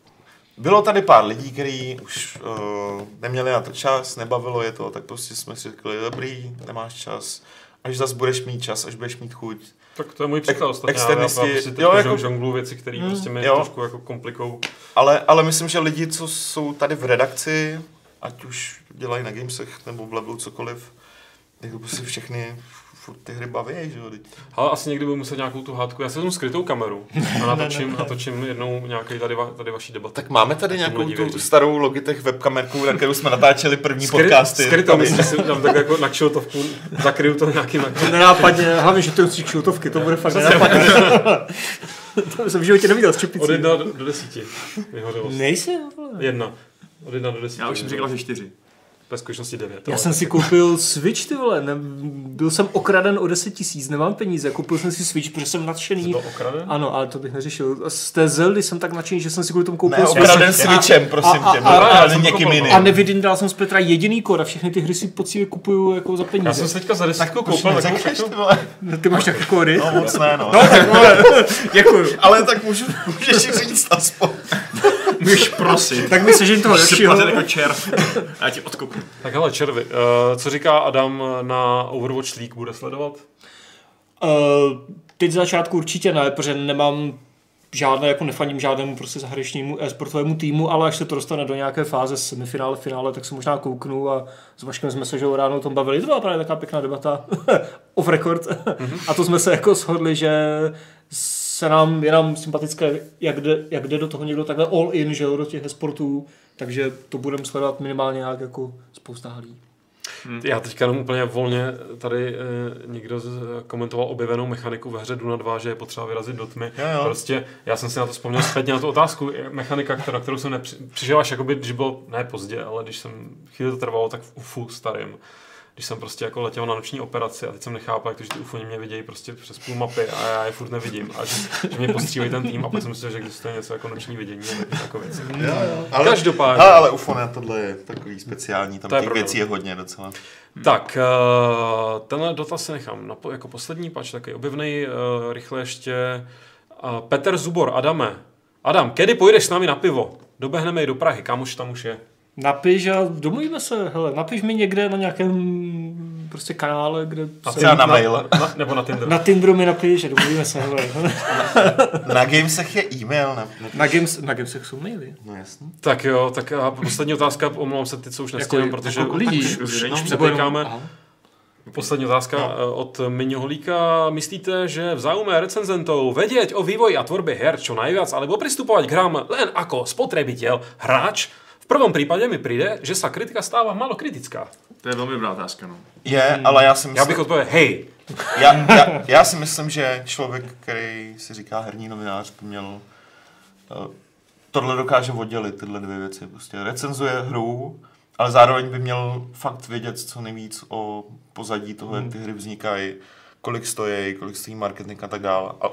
bylo tady pár lidí, kteří už uh, neměli na to čas, nebavilo je to, tak prostě jsme si řekli, dobrý, nemáš čas, až zas budeš mít čas, až budeš mít chuť. Tak to je můj příklad ostatně, externisti, já, já prostě teď jo, jako, žongluju věci, které mm, prostě mi jo. trošku jako komplikou. Ale, ale myslím, že lidi, co jsou tady v redakci, ať už dělají na Gamesech nebo v Levelu cokoliv, tak to prostě všechny furt ty hry baví, že jo? Ale asi někdy budu muset nějakou tu hádku, já si vezmu skrytou kameru a natočím, natočím jednou nějaký tady, va, tady vaší debatu. Tak máme tady nějakou tu starou Logitech webkamerku, na kterou jsme natáčeli první Skry, podcasty. Skrytou, myslím si, dám tak jako na kšiltovku, zakryju to nějakým na Nenápadně, hlavně, že to je kšiltovky, to bude fakt nenápadně. To jsem v životě neviděl s čepicí. Od jedna do, do desíti. Vyhořelost. Nejsi? Jedna. Od jedna do desíti. Já už jsem říkal, že čtyři. Ve skutečnosti devět. Já jsem si koupil Switch, ty vole, ne, byl jsem okraden o deset tisíc, nemám peníze, koupil jsem si Switch, protože jsem nadšený. Jsi byl okraden? Ano, ale to bych neřešil. Z té Zeldy jsem tak nadšený, že jsem si kvůli tomu koupil ne, Switch. okraden Switchem, prosím a, tě, a, a, okraden někým jiným. A nevydindal jsem z Petra jediný kód a všechny ty hry si poctivě kupuju jako za peníze. Já jsem se teďka za desítku koupil takovou no, ty máš taky kódy? No moc ne, no. No tak vole, děkuju. Ale tak můžu, můžeš říct aspoň. Můžeš prosit. Tak mi sežím toho lepšího. jako červ. Já ti odkopu. Tak hele, červy. Uh, co říká Adam na Overwatch League, bude sledovat? Uh, teď z začátku určitě ne, protože nemám žádné, jako nefaním žádnému prostě zahraničnímu e-sportovému týmu, ale až se to dostane do nějaké fáze semifinále, finále, tak se možná kouknu a s Vaškem jsme se že ráno o tom bavili. To byla právě taková pěkná debata off record. Mm-hmm. A to jsme se jako shodli, že se nám, je nám sympatické, jak jde, jak jde do toho někdo takhle all in, že jo, do těch e-sportů, takže to budeme sledovat minimálně nějak jako spousta halí. Hmm. Já teďka jenom úplně volně tady eh, někdo z, komentoval objevenou mechaniku ve hře Duna dva, že je potřeba vyrazit do tmy. Jo, jo. Prostě já jsem si na to vzpomněl zpětně na tu otázku. Mechanika, která, kterou jsem nepři, přišel až jakoby, když bylo ne pozdě, ale když jsem chvíli to trvalo, tak v U F U starým. Když jsem prostě jako letěl na noční operaci a teď jsem nechápal, jak to, že ty ufoni mě vidějí prostě přes půl mapy a já je furt nevidím a že, že mě postřívají ten tým a pak jsem myslel, že existuje něco jako noční vidění a takové věci. Jo, jo. Ale, Každopádně. ale, ale Ufone, tohle je takový speciální, tam To je těch pravda. věcí je hodně docela. Tak, tenhle dotaz si nechám na, jako poslední, pač takový objevnej, rychle ještě. Petr Zubor, Adame. Adam, kedy pojedeš s námi na pivo? Dobehneme i do Prahy, kam už tam už je. Napiš a domluvíme se, hele, napiš mi někde na nějakém prostě kanále, kde se... Na, na mail. Na, nebo na Tinderu. Na Tinderu mi napiš a domluvíme se, hele. Na, na Gamesech je e-mail. Na, na, games, na Gamesech jsou maily. No jasný. Tak jo, tak a poslední otázka, omlouvám se ty, co už nestihám, jako, protože jako lidi, už, už, už, už no, přetékáme. aha. Poslední otázka no. od Miňo Holíka. Myslíte, že v záujme recenzentov vedieť o vývoji a tvorbe her čo najviac, alebo pristupovať k hrám len ako spotrebiteľ, hráč? V prvom prípade mi príde, že sa kritika stáva málo kritická. To je velmi dobrá otázka, no. Je, hmm. ale já si myslím... Já bych odpověděl, hej. Já, já, já si myslím, že člověk, který si říká herní novinář, by měl... Uh, tohle dokáže oddělit, tyhle dvě věci. Prostě recenzuje hru, ale zároveň by měl fakt vědět co nejvíc o pozadí toho, jak ty hry vznikají, kolik stojí, kolik stojí marketing a tak dále. A,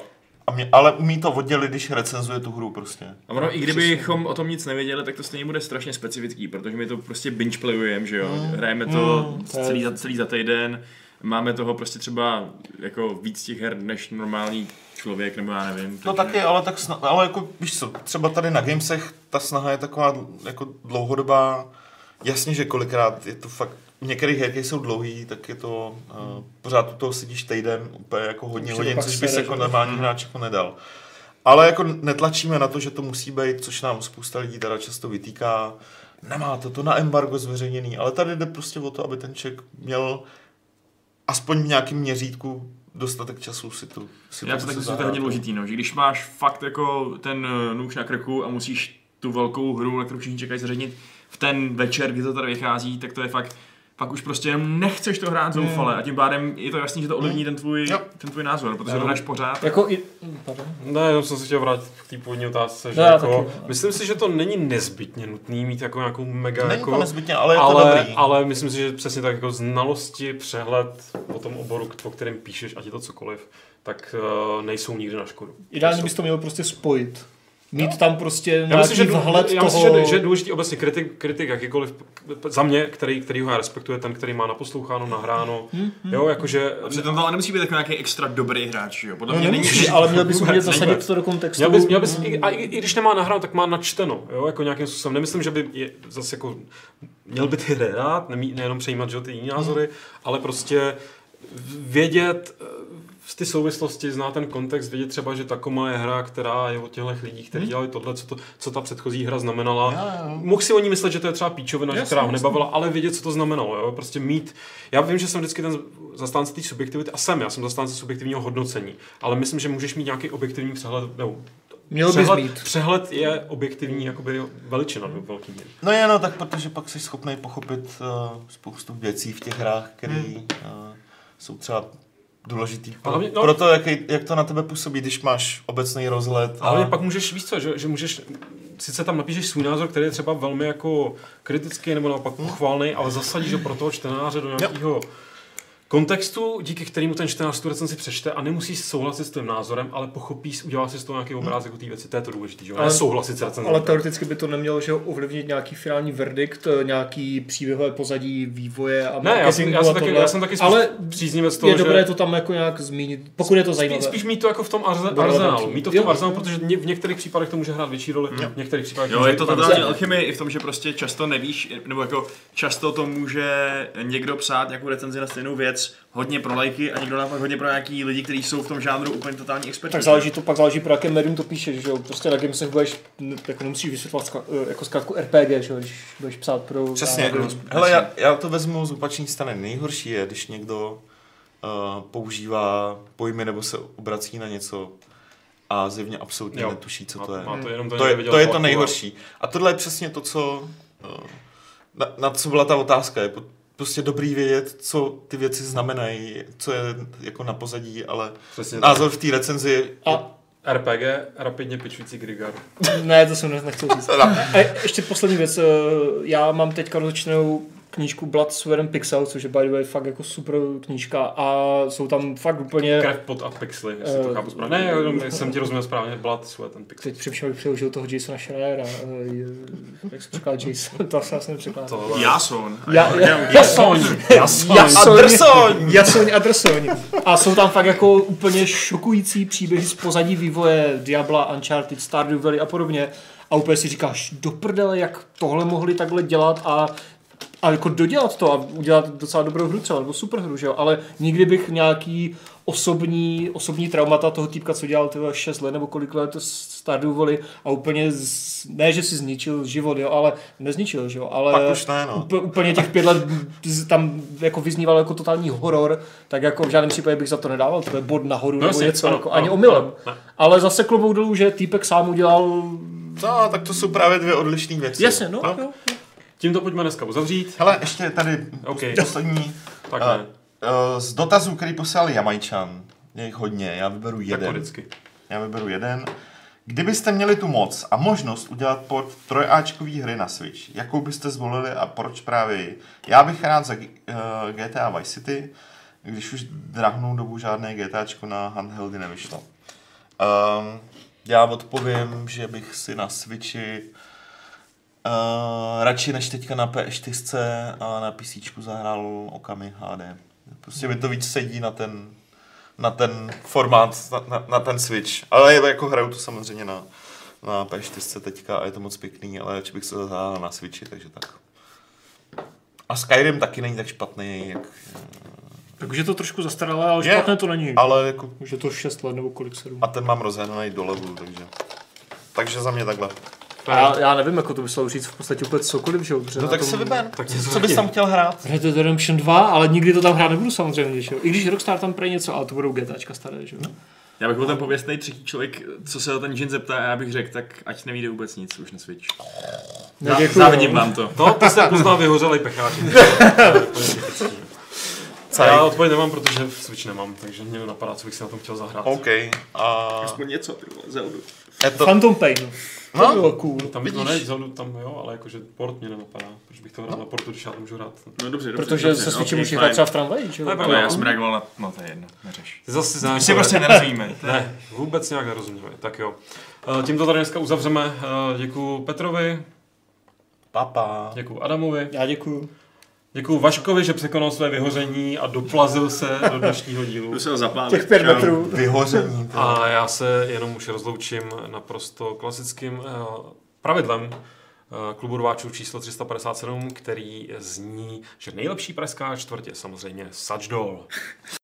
A mě, ale umí to oddělit, když recenzuje tu hru prostě. A ono, i kdybychom o tom nic nevěděli, tak to stejně bude strašně specifický, protože my to prostě binge playujeme, že jo. Mm. Hrajeme to mm, celý, za, celý za týden, máme toho prostě třeba jako víc těch her než normální člověk, nebo já nevím. No taky, ale tak sna- ale jako víš co, třeba tady na Gamesech ta snaha je taková jako dlouhodobá. Jasně, že kolikrát je to fakt, některé herky jsou dlouhý, tak je to, uh, pořád u toho sedíš týden, úplně jako hodně hodin, což by se jako normální hráč jako nedal. Ale jako netlačíme na to, že to musí být, což nám spousta lidí teda často vytýká. Nemá to, to na embargo zveřejněný, ale tady jde prostě o to, aby ten člověk měl aspoň v nějakém měřítku dostatek času si to si Já to taky to je hodně důležitý, no, že když máš fakt jako ten nůž na krku a musíš tu velkou hru, na kterou všichni čekají zveřejnit v ten večer, kdy to tady vychází, tak to je fakt, pak už prostě nechceš to hrát zoufale a tím pádem je to jasný, že to ovlivní ten tvůj, ten tvůj názor, protože to hraješ pořád. Jako i... Pardon. Ne, jenom jsem se chtěl vrátit k té původní otázce, že no, jako, myslím si, že to není nezbytně nutný mít jako nějakou mega není jako... to nezbytně, ale je to ale, dobrý. ale myslím si, že přesně tak jako znalosti, přehled o tom oboru, o kterém píšeš, ať je to cokoliv, tak uh, nejsou nikdy na škodu. Ideálně bys to měl prostě spojit. Mít no. tam prostě já myslím, že, vhled já toho... myslím, že, že je důležitý obecně kritik, kritik jakýkoliv, za mě, který, který ho já respektuje, ten, který má naposloucháno, nahráno, hmm, hmm. jo, jakože... A přitom to ale nemusí být takový nějaký extra dobrý hráč, jo, podle no, mě nemusí, ale měl bys umět zasadit to do kontextu. Měl bys, měl bys, i, a i, i když nemá nahráno, tak má načteno, jo, jako nějakým způsobem. Nemyslím, že by je zase jako, měl by ty hry rád, nemí, nejenom přejímat, že ty jiný názory, hmm. ale prostě vědět z ty souvislosti, zná ten kontext, vědět třeba, že Takoma je hra, která je od těchto lidí, kteří dělali tohle, co, to, co ta předchozí hra znamenala. Ja, ja. Mohl si o ní myslet, že to je třeba píčovina, Jasně, která ho nebavila, ale vědět, co to znamenalo. Jo? Prostě mít. Já vím, že jsem vždycky ten zastánce té subjektivity a jsem, já jsem zastánce subjektivního hodnocení, ale myslím, že můžeš mít nějaký objektivní přehled. Nebo, Měl přehled, bys mít. Přehled je objektivní jakoby veličina do velký míry. No je no, tak protože pak jsi schopný pochopit uh, spoustu věcí v těch hrách, které hmm. uh, jsou třeba důležitý. Pro, mě, no, pro to, jak, jak to na tebe působí, když máš obecný rozhled. A... Ale pak můžeš, víš co, že, že můžeš, sice tam napíšeš svůj názor, který je třeba velmi jako kritický nebo naopak pochválný, ale zasadíš ho pro toho čtenáře do nějakého kontextu, díky kterému ten čtenář tu recenzi přečte a nemusí souhlasit s tím názorem, ale pochopí, udělá si z toho nějaký obrázek o té věci. To je to důležité, že? Ale souhlasit s recenzí. Ale teoreticky by to nemělo, že ovlivnit nějaký finální verdikt, nějaký příběhové pozadí vývoje a ne, já jsem, já jsem taky, já jsem taky ale příznivec toho, je že... dobré to tam jako nějak zmínit, pokud je to zajímavé. Spíš, spíš mít to jako v tom arzenálu. Mít to v tom arzenálu, protože v některých případech to může hrát větší roli, v některých případech. Jo, je to totální alchymie i v tom, že prostě často nevíš, nebo jako často to může někdo psát nějakou recenzi na stejnou věc, hodně pro lajky a někdo naopak hodně pro nějaký lidi, kteří jsou v tom žánru úplně totální experti. Tak záleží to, pak záleží pro jaké médium to píšeš, že jo. Prostě na Gamesech budeš, jako nemusíš vysvětlovat zka, jako zkrátku R P G, že jo, když budeš psát pro... Přesně, hele, já, já to vezmu z opačné strany. Nejhorší je, když někdo uh, používá pojmy nebo se obrací na něco a zjevně absolutně jo. netuší, co to je. Má to, jenom to, to, je, to je to nejhorší. A tohle je přesně to, co, uh, na, na co byla ta otázka. Je prostě dobrý vědět, co ty věci znamenají, co je jako na pozadí, ale přesně názor tak. V té recenzi... A R P G, rapidně pičující Grigar. Ne, to jsem nechtěl říct. A ještě poslední věc, já mám teďka rozečnou knížku Blood, Sweat and Pixel, což je by the way fakt jako super knížka a jsou tam fakt úplně... Krev, pot a pixely, jestli uh, to chápu správně. Ne, jenom jsem ti rozuměl správně, Blood, Sweat and Pixel. Teď přemýšlím, abych přeložil toho Jasona Schreiera. Jak se překládá Jason? To asi asi nepřekládá. Jason. Jason. Jason. Jason. Jason a Drsoň. A jsou tam fakt jako úplně šokující příběhy z pozadí vývoje Diabla, Uncharted, Stardew Valley a podobně. A úplně si říkáš, do prdele, jak tohle mohli takhle dělat a a jako dodělat to a udělat docela dobrou hru třeba, nebo super hru, že jo, ale nikdy bych nějaký osobní, osobní traumata toho týpka, co dělal tyhle šest let nebo kolik let Stardew Valley a úplně, z, ne, že si zničil život, jo, ale nezničil, že jo, ale pak už ne, no. Up, úplně těch pět let tam jako vyzníval jako totální horor, tak jako v žádném případě bych za to nedával, to je bod nahoru no, nebo jasně, něco, ano, jako, ani ano, omylem, ano, ale zase klobouk dolů, že týpek sám udělal... No, tak to jsou právě dvě odlišné věci. Jasně, no, no. Jo. Tím to pojďme dneska uzavřít. Hele, ještě tady okay. poslední. Tak uh, uh, z dotazů, který poslal Jamajčan, je jich hodně, já vyberu jeden. Tak vždycky. Já vyberu jeden. Kdybyste měli tu moc a možnost udělat port trojáčkový hry na Switch, jakou byste zvolili a proč právě ji? Já bych rád za uh, G T A Vice City, když už drahnou dobu žádné GTAčko na handheldy nevyšlo. Um, já odpovím, že bych si na Switchi uh, radši než teďka na P S čtyři a na PCčku zahrál Okami H D. Prostě mi to víc sedí na ten, na ten formát, na, na, na ten Switch. Ale jako hraju to samozřejmě na, na P S čtyři teďka a je to moc pěkný, ale radši bych se zahrál na Switchi, takže tak. A Skyrim taky není tak špatný, jak... Tak už je to trošku zastaralé, ale je, špatné to není. Ale jako... Už je to šest let nebo kolik sedm. A ten mám rozhraný do levelu, takže... Takže za mě takhle. A já, já nevím, jako to by se říct v podstatě úplně cokoliv, že jo? No tak tom... se vyber. Tak co bys tam chtěl hrát? Red Dead Redemption dva, ale nikdy to tam hrát nebudu samozřejmě, že jo? I když Rockstar tam prej něco, ale to budou GTAčka staré, že jo? Já bych byl ten pověstný třetí člověk, co se o ten Jin zeptá a já bych řekl, tak ať nevíde vůbec nic už na Switch. No, Zá, závidím vám to. No, ty jste poznal vyhořelej pecháči. Já odpověď nemám, protože v Switch nemám, takže mě napadá, co bych si na tom chtěl zahrát. OK. A... Aspoň něco, ty vole, Zeldu. To... Phantom Pain. No, to bylo cool. Tam bych to nejít, Zeldu tam jo, ale jakože port mě nenapadá. Proč bych to hrál na portu, když já to můžu hrát? No dobře, dobře. Protože dobře, se Switchem okay, můžeš hrát třeba v tramvaji, že jo? No, já jsem reagoval na... No to je jedno, neřeš. Ty zase znáš. My si prostě nerozumíme. Ne, vůbec nějak nerozumíme. Tak jo. Tímto tady dneska uzavřeme. Děkuju Petrovi. Papa. Děkuju Adamovi. Já děkuju. Děkuju Vaškovi, že překonal své vyhoření a doplazil se do dnešního dílu. Musel zapálit. Těch pět metrů. Vyhoření. A já se jenom už rozloučím naprosto klasickým pravidlem klubu rváčů číslo tři sta padesát sedm, který zní, že nejlepší pražská čtvrť je samozřejmě Suchdol.